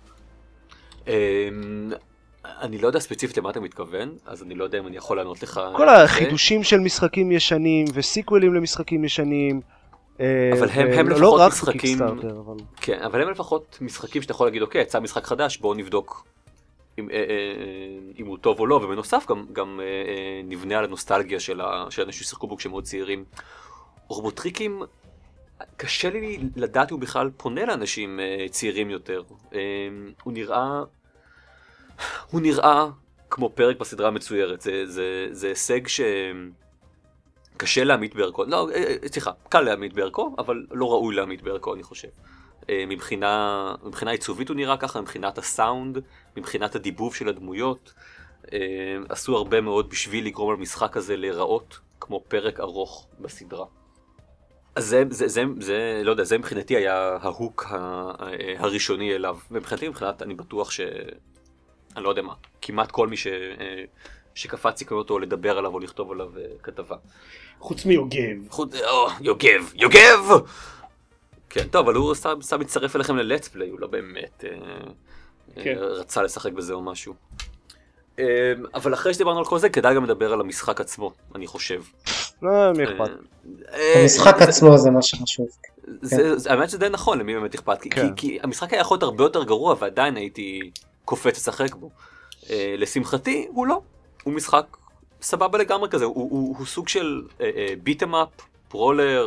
Speaker 4: אני לא יודע ספציפית למה אתה מתכוון, אז אני לא יודע אם אני יכול לענות לך.
Speaker 3: כל החידושים של משחקים ישנים וסיקוולים למשחקים ישנים,
Speaker 4: אבל הם, הם
Speaker 3: לא
Speaker 4: לפחות
Speaker 3: רק
Speaker 4: משחקים,
Speaker 3: אבל...
Speaker 4: כן, אבל הם לפחות משחקים שאתה יכול להגיד, אוקיי, יצא משחק חדש, בואו נבדוק אם, אה, אה, אם הוא טוב או לא, ובנוסף גם, גם אה, אה, נבנה על הנוסטלגיה של, ה, של אנשים ששיחקו בו כשהם מאוד צעירים. רובוטריקים, קשה לי לדעת הוא בכלל פונה לאנשים אה, צעירים יותר. אה, הוא נראה, הוא נראה כמו פרק בסדרה המצוירת, זה, זה, זה הישג ש... קשה להעמיד בערכו, לא, סליחה, קל להעמיד בערכו, אבל לא ראוי להעמיד בערכו, אני חושב. מבחינה, מבחינה עיצובית הוא נראה ככה, מבחינת הסאונד, מבחינת הדיבוב של הדמויות, עשו הרבה מאוד בשביל לגרום למשחק הזה להיראות כמו פרק ארוך בסדרה. אז זה, זה, זה, זה, לא יודע, זה מבחינתי היה ההוק הראשוני אליו, ומבחינתי, מבחינת, אני בטוח ש... אני לא יודע מה, כמעט כל מי ש... שקפץ יקרא אותו לדבר עליו או לכתוב עליו כתבה.
Speaker 2: חוץ מיוגב.
Speaker 4: חוץ... או, יוגב, יוגב! כן, טוב, אבל הוא סתם מצטרף אליכם ללטס פליי, הוא לא באמת כן. רצה לשחק בזה או משהו. אבל אחרי שדיברנו על כל זה, כדאי גם לדבר על המשחק עצמו, אני חושב.
Speaker 3: לא, מי אכפת.
Speaker 1: המשחק עצמו זה מה שחשוב.
Speaker 4: האמת שזה די נכון, למי באמת אכפת, כי המשחק היה יכול להיות הרבה יותר גרוע, ועדיין הייתי קופץ לשחק בו. לשמחתי, הוא לא. הוא משחק סבבה לגמרי כזה, הוא, הוא, הוא סוג של ביטם-אפ, פרולר,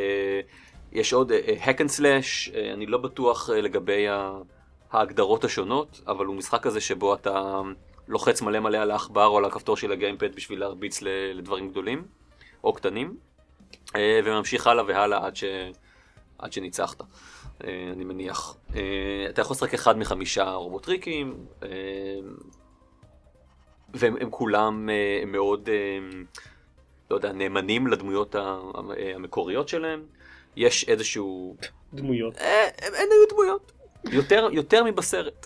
Speaker 4: יש עוד hack and slash, אני לא בטוח לגבי ההגדרות השונות, אבל הוא משחק כזה שבו אתה לוחץ מלא מלא על העכבר או על הכפתור של הגיימפד בשביל להרביץ לדברים גדולים או קטנים, וממשיך הלאה והלאה עד, ש... עד שניצחת, אני מניח. אתה יכול לשחק אחד מחמישה רובוטריקים, והם הם כולם uh, מאוד, uh, לא יודע, נאמנים לדמויות המקוריות שלהם. יש איזשהו...
Speaker 2: דמויות.
Speaker 4: אה, הם אין היו דמויות. יותר, יותר מבסרט.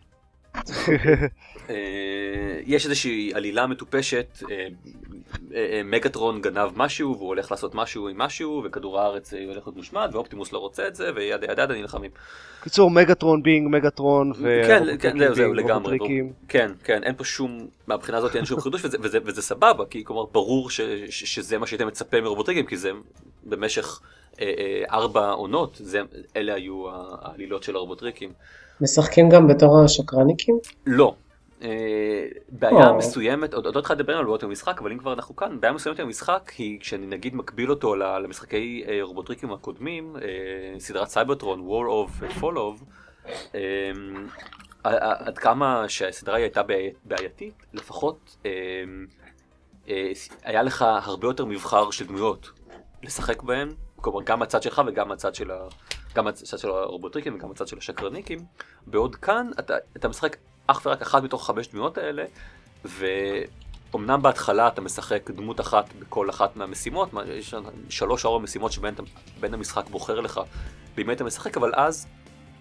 Speaker 4: uh, יש איזושהי עלילה מטופשת, uh, uh, מגטרון גנב משהו, והוא הולך לעשות משהו עם משהו, וכדור הארץ הולך להיות מושמד, ואופטימוס לא רוצה את זה, וידה ידה ידה נלחמים.
Speaker 3: קיצור, מגטרון בינג, מגטרון,
Speaker 4: כן, כן, זהו, זהו, לגמרי. כן, כן, אין פה שום, מהבחינה הזאת אין שום חידוש, וזה, וזה, וזה סבבה, כי כלומר, ברור ש, ש, שזה מה שהייתם מצפה מרובוטריקים, כי זה במשך אה, אה, ארבע עונות, זה, אלה היו העלילות של הרובוטריקים.
Speaker 1: משחקים גם בתור השקרניקים?
Speaker 4: לא. בעיה מסוימת, עוד לא התחלתי לדבר על בעיות המשחק, אבל אם כבר אנחנו כאן, בעיה מסוימת המשחק היא כשאני נגיד מקביל אותו למשחקי רובוטריקים הקודמים, סדרת סייברטרון, War of ו-Fall of, עד כמה שהסדרה היא הייתה בעייתית, לפחות היה לך הרבה יותר מבחר של דמויות לשחק בהן, כלומר גם הצד שלך וגם הצד של ה... גם הצד של הרובוטריקים וגם הצד של השקרניקים, בעוד כאן אתה, אתה משחק אך ורק אחת מתוך חמש דמויות האלה, ואומנם בהתחלה אתה משחק דמות אחת בכל אחת מהמשימות, יש שלוש ארבע משימות שבין בין המשחק בוחר לך באמת אתה משחק, אבל אז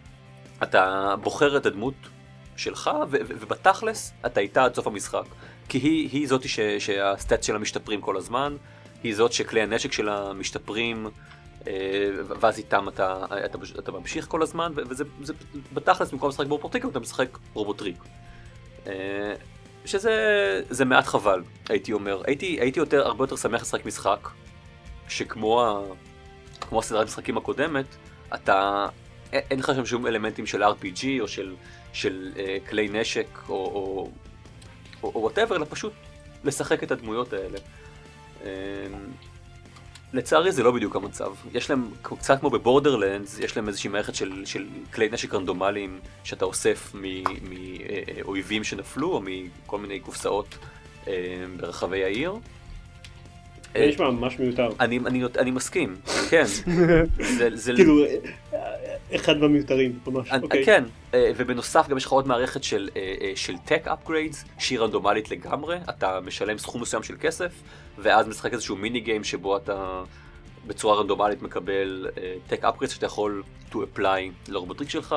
Speaker 4: אתה בוחר את הדמות שלך, ו- ו- ובתכלס אתה איתה עד סוף המשחק. כי היא, היא זאת ש, שהסטאט שלה משתפרים כל הזמן, היא זאת שכלי הנשק שלה משתפרים, ואז איתם אתה, אתה, אתה ממשיך כל הזמן, וזה זה, בתכלס במקום לשחק ברובוטריק, אתה משחק רובוטריק. שזה זה מעט חבל, הייתי אומר. הייתי, הייתי יותר, הרבה יותר שמח לשחק משחק, שכמו ה, כמו הסדרת משחקים הקודמת, אתה, אין לך שם שום אלמנטים של אר פי ג'י או של, של uh, כלי נשק או, או, או, או whatever, אלא פשוט לשחק את הדמויות האלה. Um, לצערי זה לא בדיוק המצב. יש להם, קצת כמו בבורדרלנדס, יש להם איזושהי מערכת של, של כלי נשק רנדומליים שאתה אוסף מאויבים שנפלו או מכל מיני קופסאות uh, ברחבי העיר.
Speaker 2: זה נשמע ממש מיותר.
Speaker 4: אני, אני, אני מסכים, כן. זה, זה...
Speaker 2: כאילו, אחד במיותרים, ממש. אוקיי.
Speaker 4: כן, ובנוסף גם יש לך עוד מערכת של, של tech upgrades, שהיא רנדומלית לגמרי. אתה משלם סכום מסוים של כסף, ואז משחק איזשהו מיני גיים שבו אתה בצורה רנדומלית מקבל tech upgrades שאתה יכול to apply לרובוטריק שלך.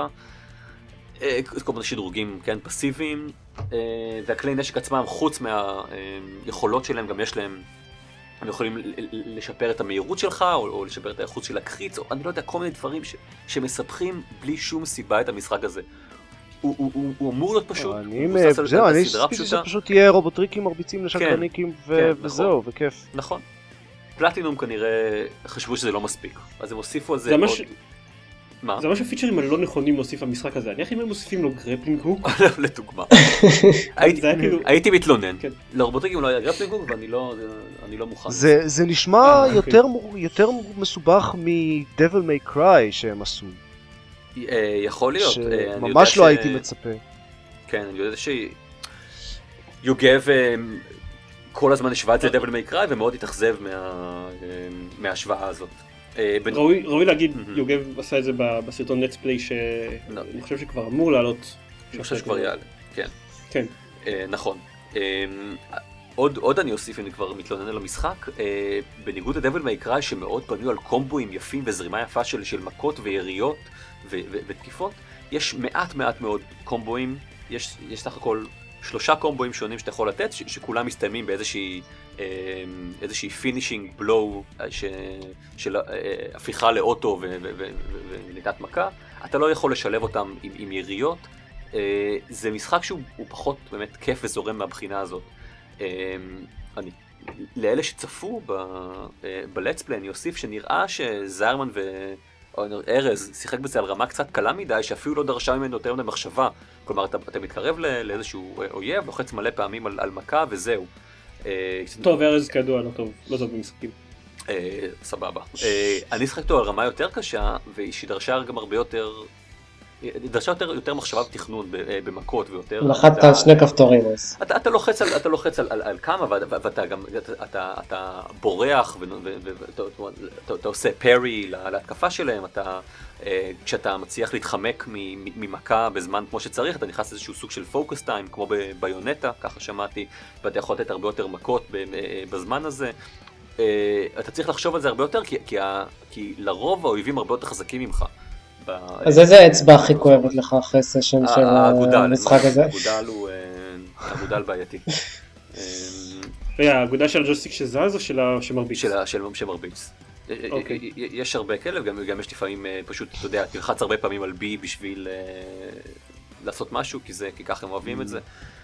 Speaker 4: כל מיני שדרוגים, כן, פסיביים. והכלי נשק עצמם, חוץ מהיכולות שלהם, גם יש להם הם יכולים לשפר את המהירות שלך, או, או לשפר את האיכות של הקריץ, או אני לא יודע, כל מיני דברים ש, שמספחים בלי שום סיבה את המשחק הזה. הוא, הוא, הוא, הוא אמור להיות פשוט,
Speaker 3: אני זהו, אני חושבת שזה פשוט יהיה רובוטריקים מרביצים לשקרניקים, כן, ו- כן, וזהו, נכון. וכיף.
Speaker 4: נכון. פלטינום כנראה חשבו שזה לא מספיק, אז הם הוסיפו על זה, זה עוד... ש... מה?
Speaker 2: זה ממש הפיצ'רים הלא נכונים להוסיף למשחק הזה. אני איך אם הם מוסיפים לו גרפלינג הוק?
Speaker 4: לדוגמה. הייתי מתלונן. לרובוטריקים לא היה גרפלינג הוק ואני לא מוכן.
Speaker 3: זה נשמע יותר מסובך מדבל מיי קריי שהם עשו.
Speaker 4: יכול להיות.
Speaker 3: ממש לא הייתי מצפה.
Speaker 4: כן, אני יודע ש... יוגב כל הזמן השווה את זה לדבל מיי קריי ומאוד התאכזב מההשוואה הזאת.
Speaker 2: ראוי להגיד, יוגב עשה את זה בסרטון נטספליי שאני חושב שכבר אמור לעלות.
Speaker 4: אני חושב שכבר יעלה, כן.
Speaker 2: כן.
Speaker 4: נכון. עוד אני אוסיף, אם אני כבר מתלונן על המשחק, בניגוד לדבל מיי קריי שמאוד בנו על קומבואים יפים וזרימה יפה של מכות ויריות ותקיפות, יש מעט מעט מאוד קומבואים, יש סך הכל שלושה קומבואים שונים שאתה יכול לתת, שכולם מסתיימים באיזושהי איזושהי פינישינג בלואו של הפיכה לאוטו וניתת מכה. אתה לא יכול לשלב אותם עם יריות. זה משחק שהוא פחות באמת כיף וזורם מהבחינה הזאת. אני, לאלה שצפו בלטספליי אני אוסיף שנראה שזיירמן וארז שיחק בזה על רמה קצת קלה מדי, שאפילו לא דרשה ממנו יותר למחשבה. כלומר, אתה, אתה מתקרב לאיזשהו אויב, לוחץ מלא פעמים על, על מכה וזהו.
Speaker 2: טוב, ארז כדוע, לא טוב, לא טוב במשחקים.
Speaker 4: סבבה. אני שחקתי על רמה יותר קשה, והיא דרשה גם הרבה יותר, דרשה יותר מחשבה ותכנון במכות ויותר...
Speaker 1: לחצת על שני כפתורים.
Speaker 4: אתה לוחץ על כמה, ואתה גם, אתה בורח, ואתה עושה פרי להתקפה שלהם, אתה... כשאתה מצליח להתחמק ממכה בזמן כמו שצריך, אתה נכנס לאיזשהו סוג של פוקוס טיים, כמו בביונטה, ככה שמעתי, ואתה יכול לתת הרבה יותר מכות בזמן הזה. אתה צריך לחשוב על זה הרבה יותר, כי לרוב האויבים הרבה יותר חזקים ממך.
Speaker 1: אז איזה האצבע הכי כואבת לך אחרי סשן של המשחק הזה?
Speaker 4: האגודל בעייתי.
Speaker 2: האגודל של הג'ויסטיק שזז או שמרביץ?
Speaker 4: של שמרביץ. יש הרבה כאלה, וגם יש לפעמים פשוט, אתה יודע, תלחץ הרבה פעמים על בי בשביל לעשות משהו, כי ככה הם אוהבים את זה.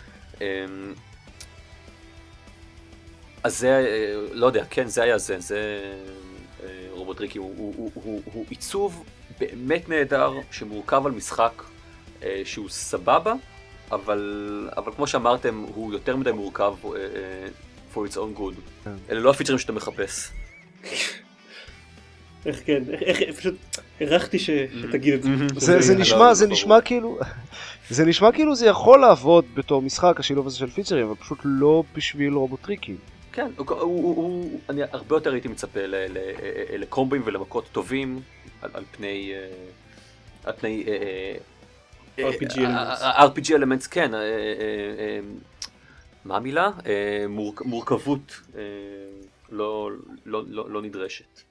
Speaker 4: אז זה, לא יודע, כן, זה היה זה, זה רובוטריקי, הוא עיצוב באמת נהדר, שמורכב על משחק שהוא סבבה, אבל כמו שאמרתם, הוא יותר מדי מורכב for its own good. אלה לא הפיצ'רים שאתה מחפש.
Speaker 2: איך כן, איך פשוט הרחתי שתגיד את
Speaker 3: זה. זה נשמע, זה נשמע כאילו, זה נשמע כאילו זה יכול לעבוד בתור משחק, השילוב הזה של פיצ'רים, אבל פשוט לא בשביל רובוטריקים.
Speaker 4: כן, אני הרבה יותר הייתי מצפה לקומבים ולמכות טובים על פני אר פי ג'י אלמנטס, כן. מה המילה? מורכבות לא נדרשת.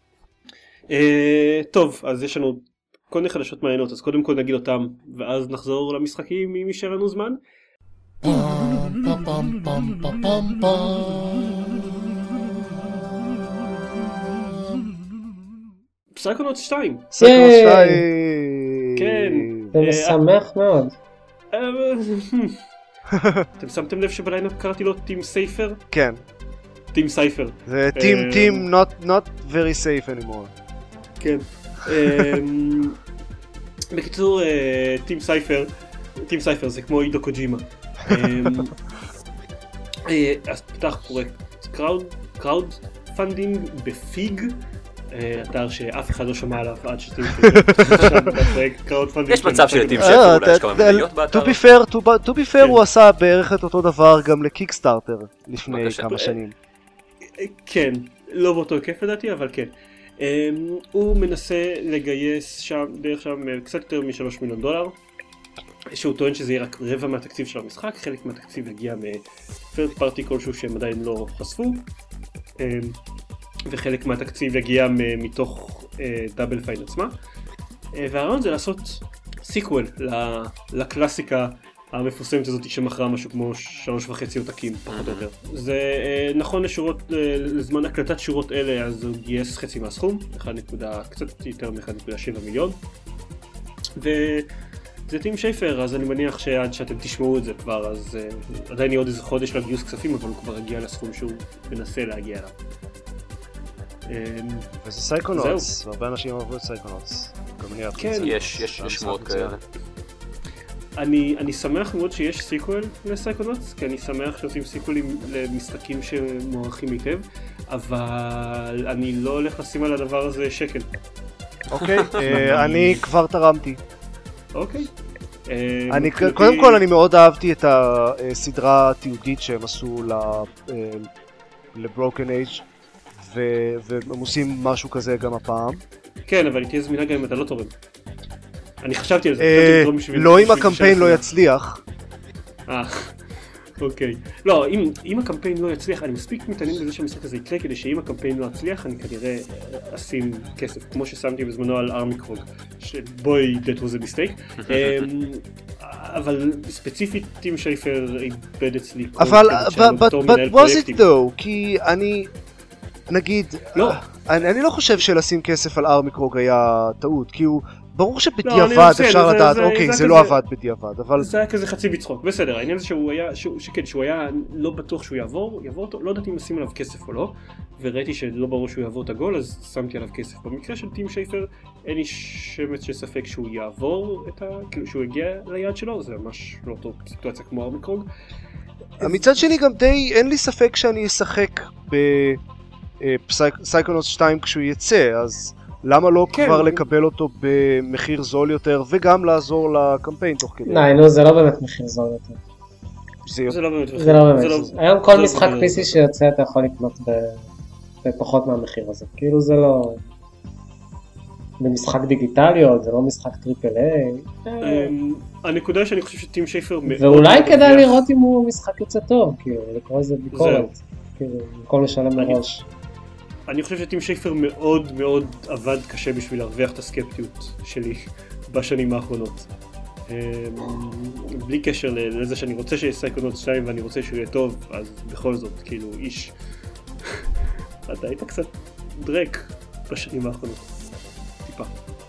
Speaker 2: טוב, אז יש לנו כל מיני חדשות מעניינות, אז קודם כל נגיד אותם, ואז נחזור למשחקים אם יישאר לנו זמן. פסייקונאוטס שתיים.
Speaker 3: פסייקונאוטס שתיים.
Speaker 2: כן.
Speaker 1: זה משמח מאוד.
Speaker 2: אתם שמתם לב שבליינאפ קראתי לו טים סייפר?
Speaker 3: כן.
Speaker 2: טים סייפר.
Speaker 3: זה טים, טים, not, not very safe anymore.
Speaker 2: כן. בקיצור, טים סייפר, טים סייפר זה כמו אידו קוג'ימה. אז פתח פרויקט קראוד פנדינג בפיג, אתר שאף אחד לא שמע עליו עד שטים
Speaker 4: יש מצב שלטים שפר אולי יש כמה מניות באתר.
Speaker 3: To be fair הוא עשה בערך את אותו דבר גם לקיקסטארטר לפני כמה שנים.
Speaker 2: כן, לא באותו היקף לדעתי, אבל כן. הוא מנסה לגייס שם, דרך שם קצת יותר משלוש מיליון דולר, שהוא טוען שזה יהיה רק רבע מהתקציב של המשחק, חלק מהתקציב יגיע מפרד פארטי כלשהו שהם עדיין לא חשפו, וחלק מהתקציב יגיע מתוך דאבל פיין עצמה, והרעיון זה לעשות סיקוול לקלאסיקה המפורסמת הזאת שמכרה משהו כמו שלוש וחצי עותקים פחות או יותר. זה נכון לשורות, לזמן הקלטת שורות אלה, אז הוא גייס חצי מהסכום, קצת יותר מ-אחד נקודה שבע מיליון, וזה טים שייפר, אז אני מניח שעד שאתם תשמעו את זה כבר, אז עדיין יהיה עוד איזה חודש לגיוס כספים, אבל הוא כבר הגיע לסכום שהוא מנסה להגיע אליו.
Speaker 3: וזה סייקונאוטס, והרבה אנשים אוהבו את סייקונאוטס.
Speaker 4: כן, יש, יש שמות כאלה.
Speaker 2: אני, אני שמח מאוד שיש סיקוול לסייקונאוטס, כי אני שמח שעושים סיקוולים למשחקים שמוערכים היטב, אבל אני לא הולך לשים על הדבר הזה שקל.
Speaker 3: אוקיי, אני כבר תרמתי.
Speaker 2: אוקיי.
Speaker 3: קודם כל אני מאוד אהבתי את הסדרה התיעודית שהם עשו לברוקן אייג' והם עושים משהו כזה גם הפעם.
Speaker 2: כן, אבל היא תהיה זמינה גם אם אתה לא תורם. אני חשבתי על זה.
Speaker 3: לא אם הקמפיין לא יצליח.
Speaker 2: אה, אוקיי. לא, אם הקמפיין לא יצליח, אני מספיק מתעניין בזה שהמשחק הזה יקרה, כדי שאם הקמפיין לא יצליח, אני כנראה אשים כסף, כמו ששמתי בזמנו על ארמיקרוג, שבוי, that was a mistake. אבל ספציפית, טים שייפר איבד אצלי.
Speaker 3: אבל, but was it though? כי אני, נגיד, אני לא חושב שלשים כסף על ארמיקרוג היה טעות, כי הוא ברור שבדיעבד אפשר לדעת, אוקיי, זה לא עבד בדיעבד, אבל...
Speaker 2: זה היה כזה חצי בצחוק, בסדר, העניין זה שהוא היה, שכן, שהוא היה לא בטוח שהוא יעבור, יעבור אותו, לא יודעת אם לשים עליו כסף או לא, וראיתי שלא ברור שהוא יעבור את הגול, אז שמתי עליו כסף. במקרה של טים שייפר, אין לי שמץ של ספק שהוא יעבור את ה... כאילו, שהוא הגיע ליעד שלו, זה ממש לא אותו סיטואציה כמו ארמיקרוג.
Speaker 3: מצד שני גם די, אין לי ספק שאני אשחק בפסייקונאוטס שתיים כשהוא יצא, אז... למה לא כן, כבר לקבל אותו במחיר זול יותר וגם לעזור לקמפיין תוך כדי?
Speaker 1: לא, נו, זה לא באמת מחיר זול יותר.
Speaker 2: זה, זה לא באמת מחיר.
Speaker 1: זה לא באמת. לא... היום כל משחק פי סי שיוצא אתה יכול לקנות בפחות מהמחיר הזה. כאילו זה לא... במשחק דיגיטלי או זה לא משחק טריפל איי.
Speaker 2: הנקודה שאני חושב שטים שייפר...
Speaker 1: ואולי כדאי לראות אם הוא משחק יוצא טוב, כאילו, לקרוא איזה ביקורת. כאילו, במקום לשלם מראש.
Speaker 2: אני חושב שטים שייפר מאוד מאוד עבד קשה בשביל להרוויח את הסקפטיות שלי בשנים האחרונות. בלי קשר לזה שאני רוצה שיהיה סייקונאוטס שתיים ואני רוצה שהוא יהיה טוב, אז בכל זאת, כאילו, איש... אתה היית קצת דרק בשנים האחרונות. טיפה.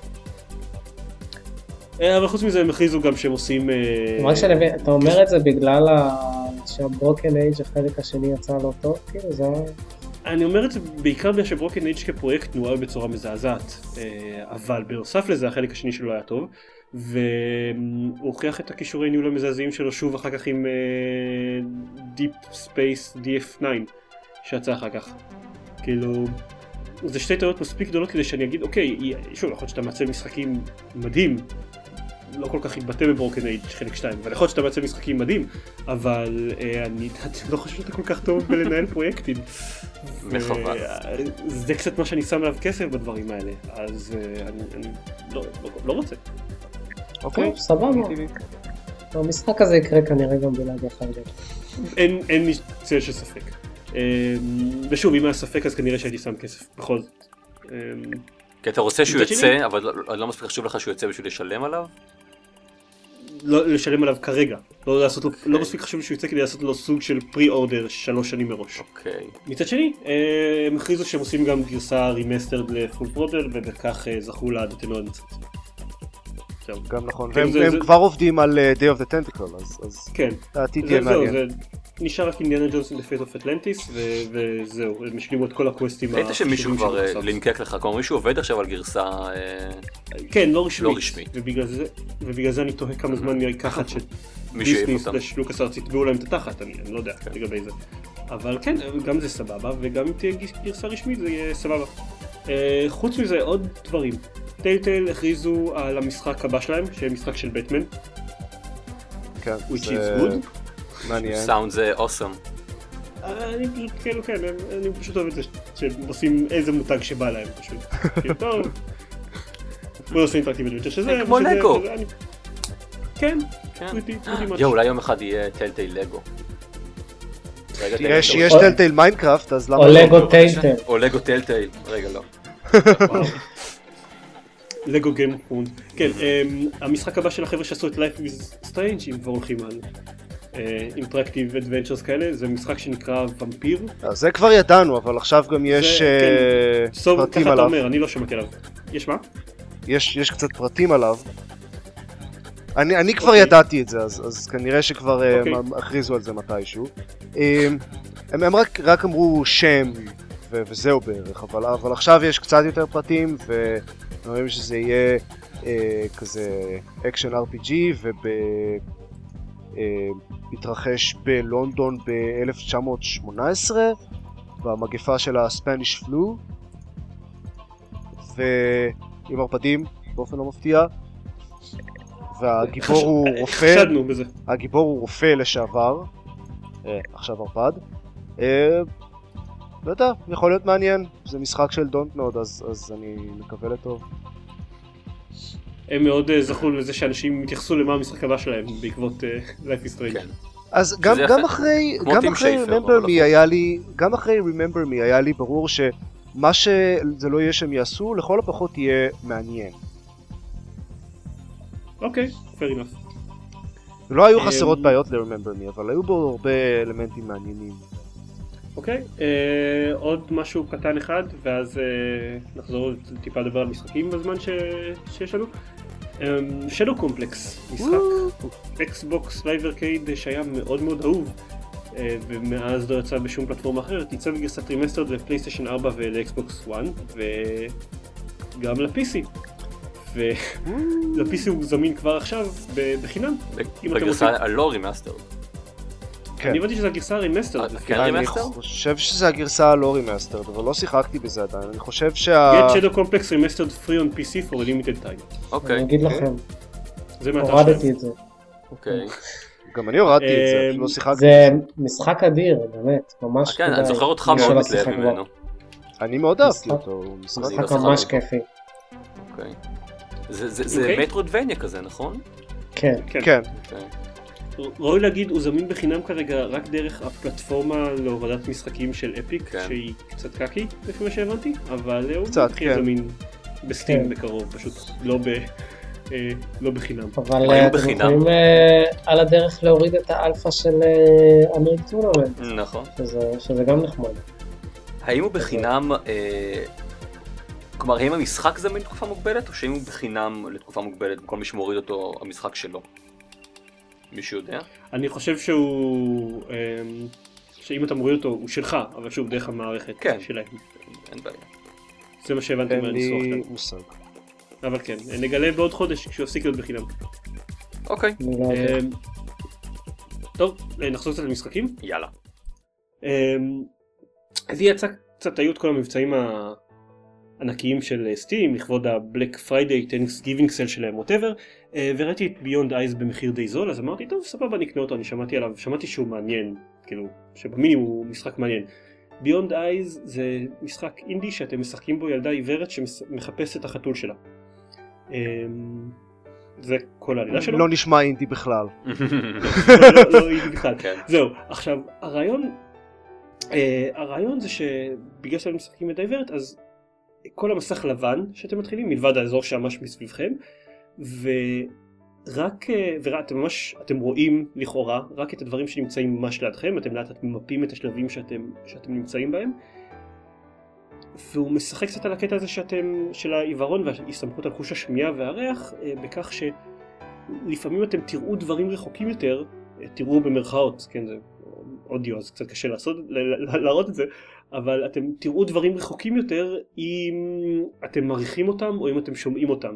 Speaker 2: אבל חוץ מזה הם הכריזו גם שהם עושים...
Speaker 1: רק שאני, אתה אומר את זה בגלל שהברוקן אייג' החלק השני יצא לא טוב? כאילו זה...
Speaker 2: אני אומר את זה בעיקר בגלל שברוקן אייג' כפרויקט נוהל בצורה מזעזעת, אבל בנוסף לזה החלק השני שלו היה טוב, והוא הוכיח את הכישורי ניהול המזעזעים שלו שוב אחר כך עם Deep Space די אף תשע שיצא אחר כך. כאילו, זה שתי טעויות מספיק גדולות כדי שאני אגיד, אוקיי, שוב, יכול להיות שאתה מעצב משחקים מדהים, לא כל כך התבטא בברוקן אייג' חלק שתיים, אבל יכול להיות שאתה מעצב משחקים מדהים, אבל אה, אני לא חושב שאתה כל כך טוב בלנהל פרויקטים.
Speaker 4: מחבל.
Speaker 2: זה קצת מה שאני שם עליו כסף בדברים האלה, אז אה, אני, אני לא, לא, לא רוצה.
Speaker 1: אוקיי, סבבה. המשחק הזה יקרה כנראה גם בלעד אחר כך.
Speaker 2: אין, אין לי צל של ספק. ושוב, אם היה ספק אז כנראה שהייתי שם כסף, בכל זאת.
Speaker 4: כי אתה רוצה שהוא יצא, אבל לא מספיק חשוב לך שהוא יצא בשביל לשלם עליו?
Speaker 2: לא לשלם עליו כרגע. לא לעשות לו, לא מספיק חשוב שהוא יצא כדי לעשות לו סוג של פרי-אורדר שלוש שנים מראש.
Speaker 4: אוקיי.
Speaker 2: מצד שני, הם הכריזו שהם עושים גם גרסה רימסטרד לפול פרודל, ובכך זכו לעדתנו הנצחית.
Speaker 3: גם נכון, והם כבר עובדים על Day of the Tentacle, אז העתיד תהיה מעניין.
Speaker 2: נשאר רק אינדיאנה ג'ונס in the Fate of Atlantis, וזהו, הם השלימו את כל הקווסטים.
Speaker 4: ראית שמישהו כבר לינקק לך, כלומר מישהו עובד עכשיו על גרסה
Speaker 2: כן, לא רשמית, ובגלל זה אני תוהה כמה זמן ייקח עד שדיסני סלש לוקאס ארץ יתבעו להם את התחת, אני לא יודע לגבי זה. אבל כן, גם זה סבבה, וגם אם תהיה גרסה רשמית זה יהיה סבבה. חוץ מזה, עוד דברים. טייטל הכריזו על המשחק הבא שלהם, שיהיה משחק של בטמן.
Speaker 3: כן,
Speaker 2: which is good.
Speaker 3: מעניין.
Speaker 4: Sounds awesome.
Speaker 2: אני פשוט, כאילו כן, אני פשוט אוהב את זה, שהם עושים איזה מותג שבא להם פשוט. כאילו טוב. בוא נעשה אינטראקטיב אדוונצ'ר שזה.
Speaker 4: כמו לגו.
Speaker 2: כן.
Speaker 4: יו, אולי יום אחד יהיה טלטייל לגו.
Speaker 3: יש טלטייל מיינקראפט, אז למה?
Speaker 1: או לגו טלטייל.
Speaker 4: או לגו טלטייל, רגע לא.
Speaker 2: לגו גיים פונד. כן, המשחק הבא של החבר'ה שעשו את Life is Strange, אם כבר הולכים על אינטראקטיב אדוונצ'רס כאלה, זה משחק שנקרא ומפיר.
Speaker 3: זה כבר ידענו, אבל עכשיו גם יש פרטים עליו.
Speaker 2: ככה אתה אומר, אני לא שמעתי עליו. יש מה?
Speaker 3: יש קצת פרטים עליו. אני כבר ידעתי את זה, אז כנראה שכבר הכריזו על זה מתישהו. הם רק אמרו שם וזהו בערך, אבל עכשיו יש קצת יותר פרטים, ואומרים שזה יהיה כזה אקשן אר פי ג'י, ובהתרחש בלונדון ב-אלף תשע מאות שמונה עשרה, במגפה של הספניש פלו, ועם ערפדים באופן לא מפתיע. והגיבור הוא רופא,
Speaker 2: חשדנו בזה.
Speaker 3: הגיבור הוא רופא לשעבר, עכשיו ערפד. לא יודע, יכול להיות מעניין, זה משחק של Don't Nod, אז אני מקווה לטוב.
Speaker 2: הם מאוד זכו לזה שאנשים התייחסו למה המשחק הבא שלהם בעקבות Life is Strange.
Speaker 3: אז גם אחרי Remember Me היה לי, גם אחרי Remember Me היה לי ברור שמה שזה לא יהיה שהם יעשו, לכל הפחות יהיה מעניין.
Speaker 2: אוקיי, fair enough.
Speaker 3: לא היו חסרות בעיות ל-Remember Me, אבל היו בו הרבה אלמנטים מעניינים.
Speaker 2: אוקיי, עוד משהו קטן אחד, ואז נחזור טיפה לדבר על משחקים בזמן שיש לנו. Shadow Complex, משחק אקסבוקס לייב ארקייד שהיה מאוד מאוד אהוב, ומאז לא יצא בשום פלטפורמה אחרת. יצא בגרסת רימסטרד לפלייסטיישן ארבע ולאקסבוקס אחת, וגם ל-פי סי. ול-פי סי הוא זמין כבר עכשיו בחינם.
Speaker 4: בגרסה הלא רימסטרד.
Speaker 2: אני הבנתי שזה הגרסה הרימסטרד.
Speaker 3: אני חושב שזה הגרסה הלא רימסטרד, אבל לא שיחקתי בזה עדיין. אני חושב שה...
Speaker 2: Get Shadow Complex Remastered Free on פי סי for a limited time.
Speaker 4: אוקיי.
Speaker 1: אני אגיד לכם,
Speaker 2: זה מהטר
Speaker 1: הורדתי את זה.
Speaker 4: אוקיי.
Speaker 3: גם אני הורדתי את זה, לא שיחקתי.
Speaker 1: זה משחק אדיר, באמת, ממש
Speaker 4: כדאי. אני זוכר אותך מאוד מתלהב ממנו.
Speaker 3: אני מאוד אהבתי אותו.
Speaker 1: משחק ממש כיפי.
Speaker 4: אוקיי. זה מטרודבניה כזה, נכון?
Speaker 1: כן.
Speaker 3: כן.
Speaker 2: ראוי להגיד, הוא זמין בחינם כרגע רק דרך הפלטפורמה להורדת משחקים של אפיק, שהיא קצת קקי, לפי מה שהבנתי, אבל הוא מתחיל זמין בסטים בקרוב, פשוט לא בחינם.
Speaker 1: אבל אתם יכולים על הדרך להוריד את האלפא של אנריל טורנמנט.
Speaker 4: נכון.
Speaker 1: שזה גם נחמד.
Speaker 4: האם הוא בחינם... כלומר, האם המשחק זמין לתקופה מוגבלת, או שאם הוא בחינם לתקופה מוגבלת, כל מי שמוריד אותו, המשחק שלו? מישהו יודע?
Speaker 2: אני חושב שהוא... שאם אתה מוריד אותו, הוא שלך, אבל שוב, דרך המערכת שלהם.
Speaker 4: אין בעיה.
Speaker 2: זה מה שהבנתי מהניסוח שלהם.
Speaker 3: אין לי מושג.
Speaker 2: אבל כן, נגלה בעוד חודש כשהוא יפסיק להיות בחינם.
Speaker 4: אוקיי.
Speaker 2: טוב, נחזור קצת למשחקים?
Speaker 4: יאללה.
Speaker 2: אז יצא קצת, היו את כל המבצעים ה... ענקיים של סטים, לכבוד ה-Black Friday, Thanksgiving Sale שלהם, whatever, וראיתי את Beyond Eyes במחיר די זול, אז אמרתי, טוב, סבבה, נקנה אותו, אני שמעתי עליו, שמעתי שהוא מעניין, כאילו, שבמינימום הוא משחק מעניין. Beyond Eyes זה משחק אינדי שאתם משחקים בו ילדה עיוורת שמחפשת את החתול שלה. זה כל העלילה שלו.
Speaker 3: לא נשמע אינדי בכלל.
Speaker 2: לא אינדי בכלל. זהו, עכשיו, הרעיון, הרעיון זה שבגלל שאתם משחקים את העיוורת, אז כל המסך לבן שאתם מתחילים, מלבד האזור שממש מסביבכם, רק, ואתם ממש, אתם רואים לכאורה רק את הדברים שנמצאים ממש לידכם, אתם לאט לאט ממפים את השלבים שאתם, שאתם נמצאים בהם, והוא משחק קצת על הקטע הזה שאתם, של העיוורון וההסתמכות על חוש השמיעה והריח, בכך שלפעמים אתם תראו דברים רחוקים יותר, תראו במרכאות, כן, זה אודיו, אז קצת קשה לעשות, להראות את זה, אבל אתם תראו דברים רחוקים יותר אם אתם מריחים אותם או אם אתם שומעים אותם.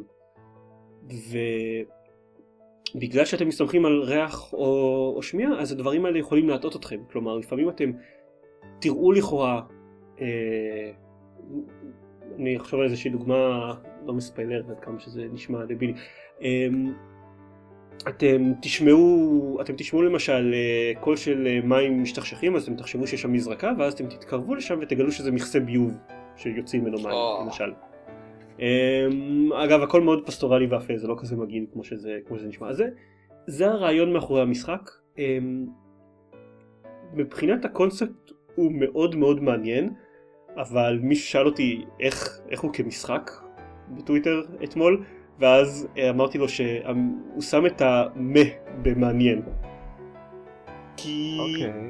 Speaker 2: ובגלל שאתם מסתמכים על ריח או, או שמיעה, אז הדברים האלה יכולים להטעות אתכם. כלומר, לפעמים אתם תראו לכאורה, אה, אני אחשוב על איזושהי דוגמה לא מספיילרת עד כמה שזה נשמע דבילי. אה, אתם תשמעו, אתם תשמעו למשל קול של מים משתכשכים, אז אתם תחשבו שיש שם מזרקה, ואז אתם תתקרבו לשם ותגלו שזה מכסה ביוב שיוצאים ממנו מים, למשל. אגב, הכל מאוד פסטורלי ואפה, זה לא כזה מגעיל כמו שזה, כמו שזה נשמע. זה, זה הרעיון מאחורי המשחק. מבחינת הקונספט הוא מאוד מאוד מעניין, אבל מישהו שאל אותי איך, איך הוא כמשחק בטוויטר אתמול, ואז אמרתי לו שהוא שם את המה במעניין. כי...
Speaker 3: אוקיי.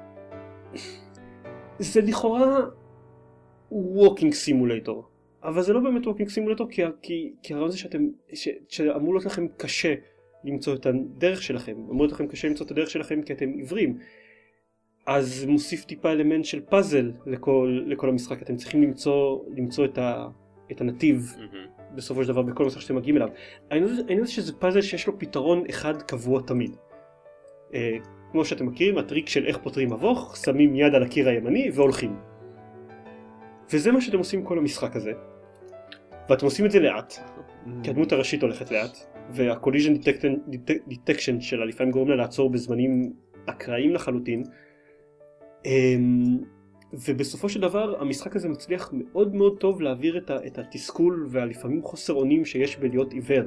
Speaker 2: זה לכאורה ווקינג סימולטור. אבל זה לא באמת ווקינג סימולטור, כי, כי, כי הרעיון זה שאתם, ש, שאמור להיות לכם קשה למצוא את הדרך שלכם. אמור להיות לכם קשה למצוא את הדרך שלכם כי אתם עיוורים. אז מוסיף טיפה אלמנט של פאזל לכל, לכל המשחק. אתם צריכים למצוא, למצוא את, ה, את הנתיב. Mm-hmm. בסופו של דבר בכל נושא שאתם מגיעים אליו. אני יודע שזה פאזל שיש לו פתרון אחד קבוע תמיד. אה, כמו שאתם מכירים, הטריק של איך פותרים מבוך, שמים יד על הקיר הימני והולכים. וזה מה שאתם עושים כל המשחק הזה. ואתם עושים את זה לאט, כי הדמות הראשית הולכת לאט, וה-collision detection שלה לפעמים גורם לה לעצור בזמנים אקראיים לחלוטין. אה, ובסופו של דבר המשחק הזה מצליח מאוד מאוד טוב להעביר את, ה, את התסכול והלפעמים חוסר אונים שיש בלהיות עיוור.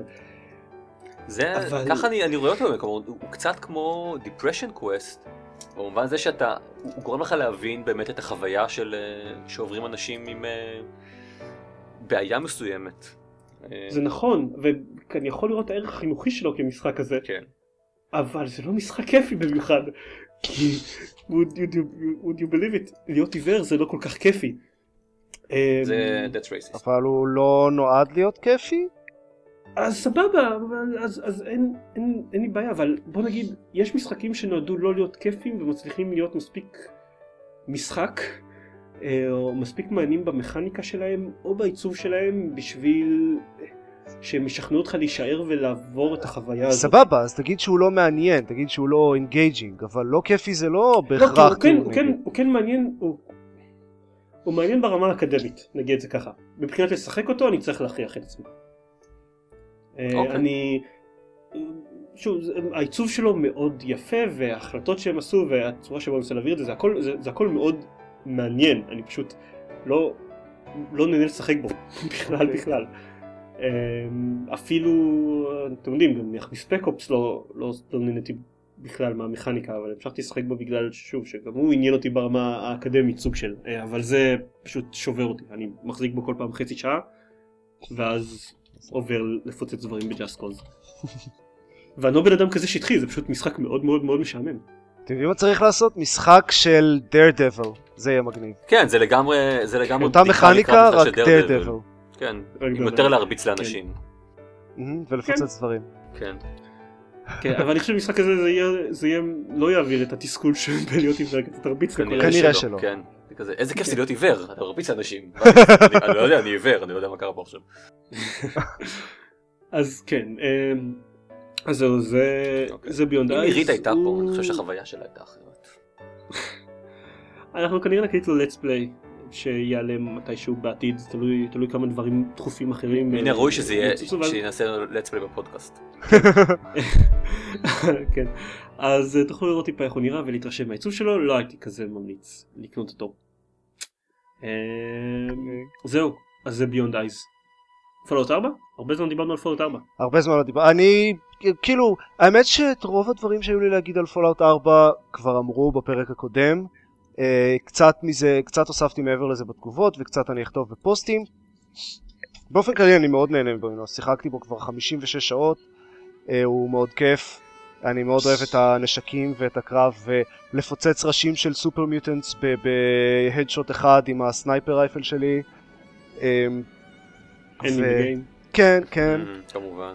Speaker 4: זה, אבל... ככה אני, אני רואה אותו, כלומר, הוא קצת כמו Depression Quest, במובן זה שאתה, הוא גורם לך להבין באמת את החוויה של, שעוברים אנשים עם בעיה מסוימת.
Speaker 2: זה נכון, ואני יכול לראות הערך החינוכי שלו כמשחק הזה,
Speaker 4: כן.
Speaker 2: אבל זה לא משחק כיפי במיוחד. כי would you, would you believe it, להיות עיוור זה לא כל כך כיפי.
Speaker 4: זה that's racist.
Speaker 3: אבל הוא לא נועד להיות כיפי?
Speaker 2: אז סבבה, אז, אז אין, אין, אין לי בעיה, אבל בוא נגיד, יש משחקים שנועדו לא להיות כיפים ומצליחים להיות מספיק משחק, או מספיק מעניינים במכניקה שלהם, או בעיצוב שלהם, בשביל שהם ישכנעו אותך להישאר ולעבור את החוויה הזאת.
Speaker 3: סבבה, אז תגיד שהוא לא מעניין, תגיד שהוא לא אינגייג'ינג, אבל לא כיפי זה לא בהכרח.
Speaker 2: לא, הוא כן, הוא כן, הוא כן מעניין, הוא, הוא מעניין ברמה האקדמית, נגיד את זה ככה. מבחינת לשחק אותו, אני צריך להכריח את עצמי. Okay. אני, שוב, העיצוב שלו מאוד יפה, וההחלטות שהם עשו, והצורה שבה הוא מנסה להעביר את זה, זה הכל, זה, זה הכל מאוד מעניין. אני פשוט לא, לא נהנה לשחק בו, בכלל, בכלל. אפילו, אתם יודעים, גם מספק אופס לא, לא, לא נהניתי בכלל מהמכניקה, אבל המשכתי לשחק בו בגלל, שוב, שגם הוא עניין אותי ברמה האקדמית סוג של, אבל זה פשוט שובר אותי. אני מחזיק בו כל פעם חצי שעה, ואז עובר לפוצץ דברים בג'אסט קוז. ואני לא בן אדם כזה שטחי, זה פשוט משחק מאוד מאוד מאוד משעמם.
Speaker 3: אתם יודעים מה צריך לעשות? משחק של Daredevil, זה יהיה מגניב.
Speaker 4: כן, זה לגמרי, זה לגמרי
Speaker 3: אותה מכניקה, רק Daredevil.
Speaker 4: כן, יותר להרביץ לאנשים.
Speaker 3: ולפוצץ דברים.
Speaker 4: כן.
Speaker 2: כן, אבל אני חושב במשחק הזה זה יהיה, לא יעביר את התסכול של להיות עיוור, אתה תרביץ לכל.
Speaker 3: כנראה שלא.
Speaker 4: כן. איזה כיף זה להיות עיוור, אתה מרביץ לאנשים. אני לא יודע, אני עיוור, אני לא יודע מה קרה פה עכשיו.
Speaker 2: אז כן, אז זהו, זה ביונד אייז.
Speaker 4: אם עירית הייתה פה, אני חושב שהחוויה שלה הייתה אחרת.
Speaker 2: אנחנו כנראה נקליט לו let's play שיעלם מתישהו בעתיד, תלוי כמה דברים דחופים אחרים.
Speaker 4: הנה ראוי שזה יהיה, שנעשה let's play בפודקאסט.
Speaker 2: כן, אז תוכלו לראות טיפה איך הוא נראה ולהתרשם מהעיצוב שלו, לא הייתי כזה ממליץ לקנות אותו. זהו, אז זה ביונד אייז. פולאאוט ארבע? הרבה זמן דיברנו על פולאאוט ארבע.
Speaker 3: הרבה זמן לא דיברנו, אני, כאילו, האמת שאת רוב הדברים שהיו לי להגיד על פולאאוט ארבע כבר אמרו בפרק הקודם, קצת מזה, קצת הוספתי מעבר לזה בתגובות וקצת אני אכתוב בפוסטים. באופן כללי אני מאוד נהנה בו, שיחקתי בו כבר חמישים ושש שעות, הוא מאוד כיף. אני מאוד אוהב את הנשקים ואת הקרב, ולפוצץ ראשים של סופר מיוטנטס בהדשוט אחד עם הסנייפר רייפל שלי.
Speaker 2: אין מגיים.
Speaker 3: כן, כן.
Speaker 4: כמובן.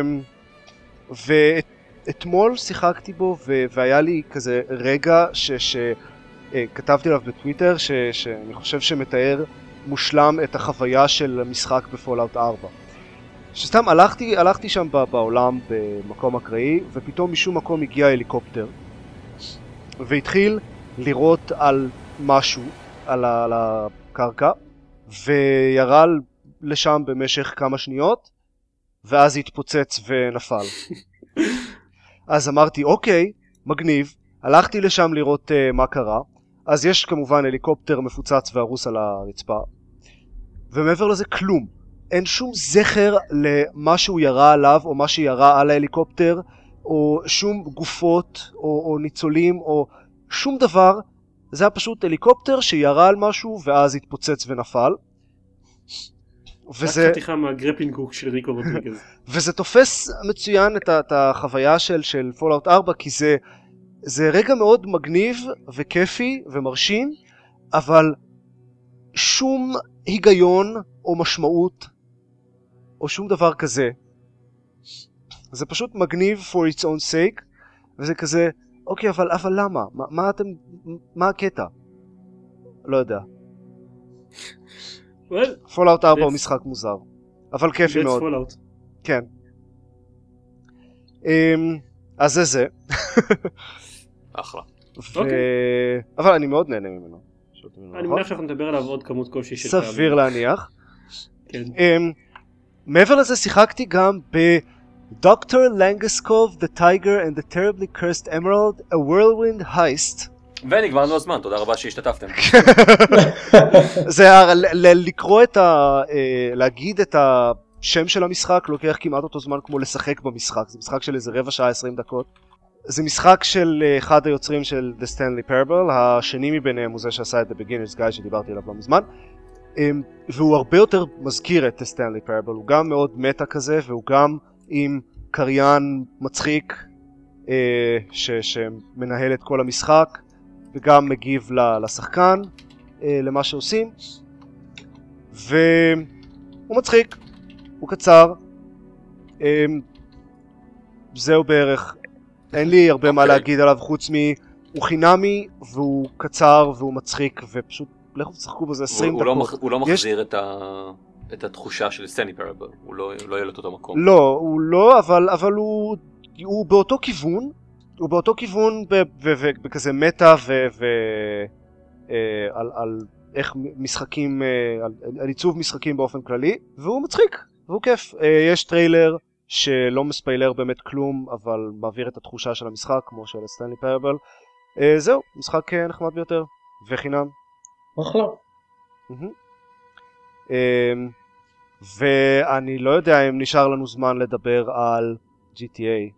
Speaker 3: ואתמול שיחקתי בו, והיה לי כזה רגע שכתבתי עליו בטוויטר, שאני חושב שמתאר מושלם את החוויה של המשחק בפולאאוט ארבע. שסתם הלכתי, הלכתי שם בעולם במקום אקראי, ופתאום משום מקום הגיע הליקופטר, והתחיל לירות על משהו, על, ה, על הקרקע, וירה לשם במשך כמה שניות, ואז התפוצץ ונפל. אז אמרתי, אוקיי, מגניב, הלכתי לשם לראות uh, מה קרה, אז יש כמובן הליקופטר מפוצץ והרוס על הרצפה, ומעבר לזה כלום. אין שום זכר למה שהוא ירה עליו, או מה שירה על ההליקופטר, או שום גופות, או, או ניצולים, או שום דבר. זה היה פשוט הליקופטר שירה על משהו, ואז התפוצץ ונפל.
Speaker 2: וזה... רק חתיכה מהגרפלינג הוק של ריקו רודריגז.
Speaker 3: וזה תופס מצוין את, את החוויה של, של פולאאוט ארבע, כי זה, זה רגע מאוד מגניב, וכיפי, ומרשים, אבל שום היגיון, או משמעות, או שום דבר כזה. זה פשוט מגניב for its own sake, וזה כזה, אוקיי, אבל, אבל למה? מה, מה אתם, מה הקטע? לא יודע. פולאאוט ארבע הוא משחק מוזר, אבל כיפי מאוד.
Speaker 2: Fallout.
Speaker 3: כן. אז זה זה.
Speaker 4: אחלה.
Speaker 3: אבל אני מאוד נהנה ממנו.
Speaker 2: אני מניח שאנחנו נדבר עליו עוד כמות קושי של פעמים.
Speaker 3: סביר להניח.
Speaker 2: כן.
Speaker 3: מעבר לזה שיחקתי גם ב-Doctor Langeskov, The Tiger and the Terribly Cursed Emerald, A Whirlwind Heist.
Speaker 4: ונגמרנו הזמן, תודה רבה שהשתתפתם.
Speaker 3: זה לקרוא את ה... להגיד את השם של המשחק לוקח כמעט אותו זמן כמו לשחק במשחק. זה משחק של איזה רבע שעה עשרים דקות. זה משחק של אחד היוצרים של The Stanley Parable, השני מביניהם הוא זה שעשה את The Beginner's Guide שדיברתי עליו לא מזמן. והוא הרבה יותר מזכיר את The Stanley Parable, הוא גם מאוד מטה כזה, והוא גם עם קריין מצחיק ש- שמנהל את כל המשחק, וגם מגיב לשחקן, למה שעושים, והוא מצחיק, הוא קצר, זהו בערך, אין לי הרבה okay. מה להגיד עליו חוץ מ... הוא חינמי, והוא קצר, והוא מצחיק, ופשוט לכו תשחקו בזה עשרים דקות.
Speaker 4: הוא לא, הוא לא מחזיר יש... את, ה... את התחושה של סטני פרבל, הוא לא, לא יהיה לו אותו מקום.
Speaker 3: לא, הוא לא, אבל, אבל הוא, הוא באותו כיוון, הוא באותו כיוון בכזה מטה ו... ו... על, על איך משחקים, על, על עיצוב משחקים באופן כללי, והוא מצחיק, והוא כיף. יש טריילר שלא מספיילר באמת כלום, אבל מעביר את התחושה של המשחק, כמו של סטנלי פרבל. זהו, משחק נחמד ביותר, וחינם.
Speaker 1: אחלה.
Speaker 3: ואני לא יודע אם נשאר לנו זמן לדבר על ג'י טי איי.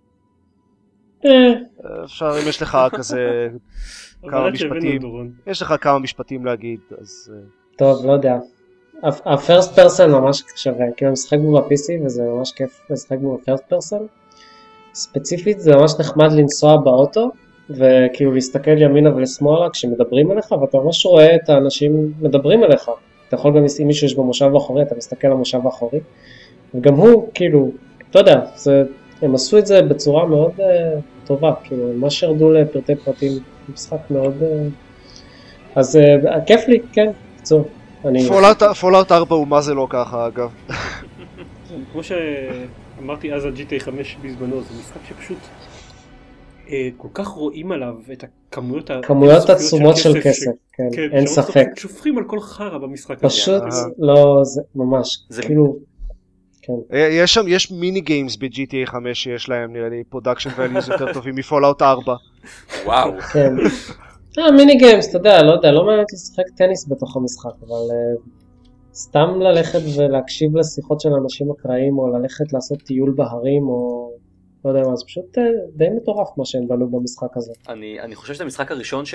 Speaker 3: אפשר, אם יש לך כזה כמה משפטים, יש לך כמה משפטים להגיד, אז...
Speaker 1: טוב, לא יודע. הפרסט פרסן ממש שווה, כאילו משחק בו ב-פי סי וזה ממש כיף לשחק בו בפרסט פרסן. ספציפית זה ממש נחמד לנסוע באוטו, וכאילו להסתכל ימינה ולשמאלה כשמדברים אליך, ואתה ממש רואה את האנשים מדברים אליך. אתה יכול גם, אם מישהו יש במושב האחורי, אתה מסתכל על המושב האחורי, וגם הוא, כאילו, אתה יודע, זה, הם עשו את זה בצורה מאוד uh, טובה, כאילו, מה שרדו לפרטי פרטים, משחק מאוד... Uh, אז uh, כיף לי, כן, קצור.
Speaker 3: פולאאוט ארבע הוא מה זה לא ככה, אגב.
Speaker 2: כמו שאמרתי אז על ג'י טי איי חמש בזמנו, זה משחק שפשוט... כל כך רואים עליו את הכמויות
Speaker 1: כמויות עצומות של כסף, כן, אין ספק.
Speaker 2: שופכים על כל חרא במשחק הזה.
Speaker 1: פשוט לא, זה ממש, כאילו, כן.
Speaker 3: יש שם, יש מיני גיימס ב-ג'י טי איי חמש שיש להם, נראה לי, פרודקשן ואליוז יותר טובים מפולאאוט ארבע.
Speaker 4: וואו.
Speaker 1: כן. אה, מיני גיימס, אתה יודע, לא יודע, לא מעניין לשחק טניס בתוך המשחק, אבל סתם ללכת ולהקשיב לשיחות של אנשים אקראיים, או ללכת לעשות טיול בהרים, או... לא יודע מה, זה פשוט די מטורף מה שהם בנו במשחק הזה.
Speaker 4: אני, אני חושב שזה המשחק הראשון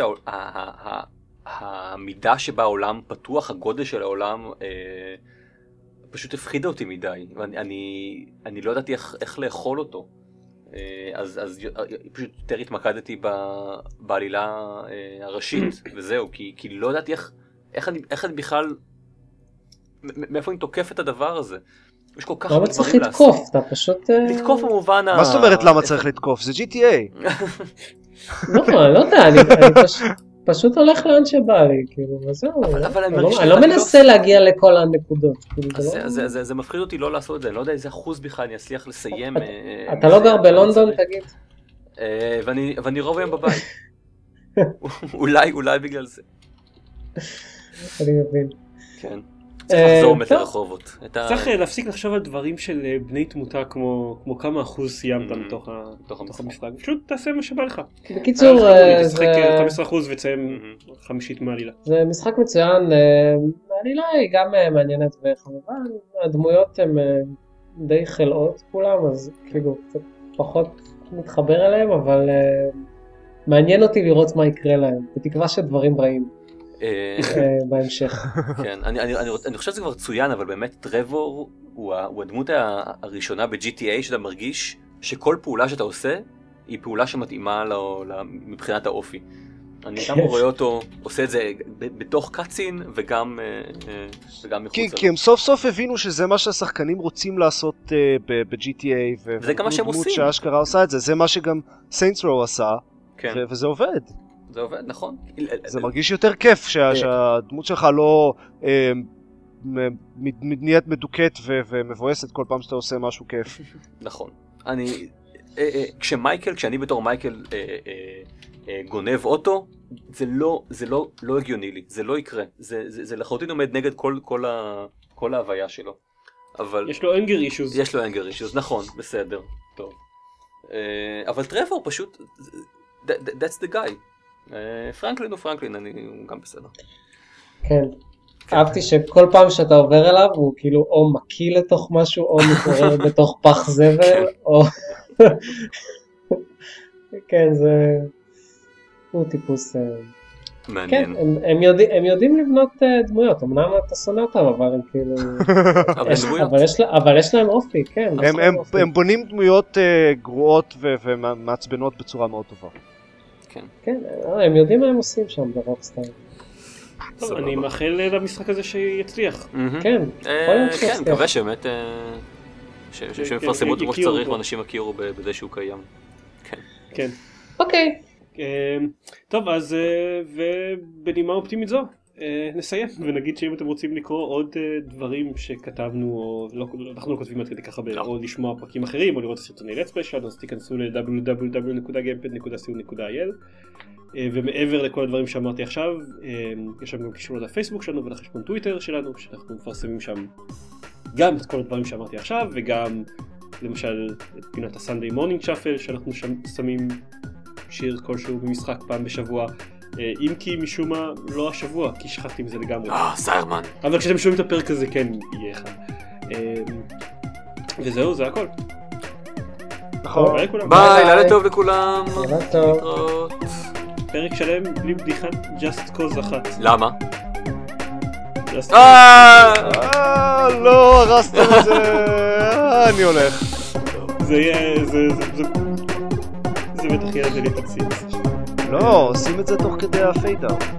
Speaker 4: שהמידה שבה העולם פתוח, הגודל של העולם, אה, פשוט הפחידה אותי מדי. אני, אני, אני לא ידעתי איך, איך לאכול אותו. אז, אז פשוט יותר התמקדתי בעלילה הראשית, וזהו, כי, כי לא ידעתי איך, איך אני, איך אני בכלל, מאיפה אני תוקף את הדבר הזה. יש כל כך הרבה דברים לעשות.
Speaker 1: למה צריך לתקוף? אתה פשוט...
Speaker 4: לתקוף במובן ה...
Speaker 3: מה זאת אומרת למה צריך לתקוף? זה ג'י טי איי.
Speaker 1: לא, אני לא יודע, אני פשוט הולך לאן שבא לי, כאילו, וזהו. אני לא מנסה להגיע לכל הנקודות.
Speaker 4: זה מפחיד אותי לא לעשות את זה, אני לא יודע איזה אחוז בכלל אני אצליח לסיים.
Speaker 1: אתה לא גר בלונדון, תגיד?
Speaker 4: ואני רוב היום בבית. אולי, אולי בגלל זה.
Speaker 1: אני מבין.
Speaker 4: כן. צריך לחזור מת לרחובות.
Speaker 2: צריך להפסיק לחשוב על דברים של בני תמותה כמו כמה אחוז סיימת מתוך המשחק. פשוט תעשה מה שבא לך.
Speaker 1: בקיצור,
Speaker 2: תשחק חמישה עשר אחוז ותסיים חמישית מהעלילה.
Speaker 1: זה משחק מצוין, העלילה היא גם מעניינת וכמובן הדמויות הן די חלאות כולם, אז כאילו קצת פחות מתחבר אליהם, אבל מעניין אותי לראות מה יקרה להם, בתקווה שדברים רעים. בהמשך.
Speaker 4: כן, אני חושב שזה כבר צוין, אבל באמת טרוור הוא הדמות הראשונה ב-ג'י טי איי שאתה מרגיש שכל פעולה שאתה עושה היא פעולה שמתאימה מבחינת האופי. אני גם רואה אותו עושה את זה בתוך קאצין וגם מחוץ.
Speaker 3: כי הם סוף סוף הבינו שזה מה שהשחקנים רוצים לעשות ב-ג'י טי איי,
Speaker 4: וזה גם מה שהם עושים.
Speaker 3: שהאשכרה עושה את זה, זה מה שגם Saints Row עשה, וזה עובד.
Speaker 4: זה עובד, נכון.
Speaker 3: זה מרגיש יותר כיף שהדמות שלך לא נהיית מדוקת ומבואסת כל פעם שאתה עושה משהו כיף.
Speaker 4: נכון. אני, כשמייקל, כשאני בתור מייקל גונב אוטו, זה לא, זה לא, לא הגיוני לי, זה לא יקרה. זה לחלוטין עומד נגד כל ההוויה שלו. אבל...
Speaker 2: יש לו אנגר אישוז.
Speaker 4: יש לו אנגר אישוז, נכון, בסדר, טוב. אבל טרוור פשוט, that's the guy. פרנקלין הוא פרנקלין, אני גם בסדר.
Speaker 1: כן, אהבתי שכל פעם שאתה עובר אליו הוא כאילו או מקיא לתוך משהו או מתעורר בתוך פח זבל, או... כן, זה... הוא טיפוס...
Speaker 4: מעניין.
Speaker 1: כן, הם יודעים לבנות דמויות, אמנם אתה שונא אותם, אבל הם כאילו... אבל יש להם אופי, כן.
Speaker 3: הם בונים דמויות גרועות ומעצבנות בצורה מאוד טובה.
Speaker 1: כן, הם יודעים מה הם עושים שם ברוקסטאר.
Speaker 2: טוב, אני מאחל למשחק הזה שיצליח.
Speaker 1: כן,
Speaker 4: כן, מקווה שבאמת שמפרסמו אותו כמו שצריך ואנשים יכירו בזה שהוא קיים.
Speaker 2: כן.
Speaker 1: אוקיי.
Speaker 2: טוב, אז ובנימה אופטימית זו נסיים ונגיד שאם אתם רוצים לקרוא עוד דברים שכתבנו או אנחנו לא כותבים עד כדי ככה או לשמוע פרקים אחרים או לראות סרטוני let's play שלנו, אז תיכנסו ל-דאבליו דאבליו דאבליו נקודה גיימפד נקודה סי או נקודה איי אל, ומעבר לכל הדברים שאמרתי עכשיו יש שם גם קישור לפייסבוק שלנו ולחשבון טוויטר שלנו שאנחנו מפרסמים שם גם את כל הדברים שאמרתי עכשיו, וגם למשל את פינת הסנדיי מורנינג שפל שאנחנו שמים שיר כלשהו במשחק פעם בשבוע, אם כי משום מה לא השבוע, כי שכחתי מזה לגמרי.
Speaker 4: אה, סיירמן.
Speaker 2: אבל כשאתם שומעים את הפרק הזה כן יהיה אחד. וזהו, זה הכל.
Speaker 3: נכון.
Speaker 4: ביי, לילה טוב לכולם.
Speaker 1: לילה טוב.
Speaker 2: פרק שלם בלי בדיחת Just Cause אחת.
Speaker 4: למה?
Speaker 3: אה, לא, הרסתם את זה. אני הולך.
Speaker 2: זה יהיה, זה, זה, זה בטח יהיה זה לי תקציב.
Speaker 3: לא, עושים את זה תוך כדי הפייד-אאוט.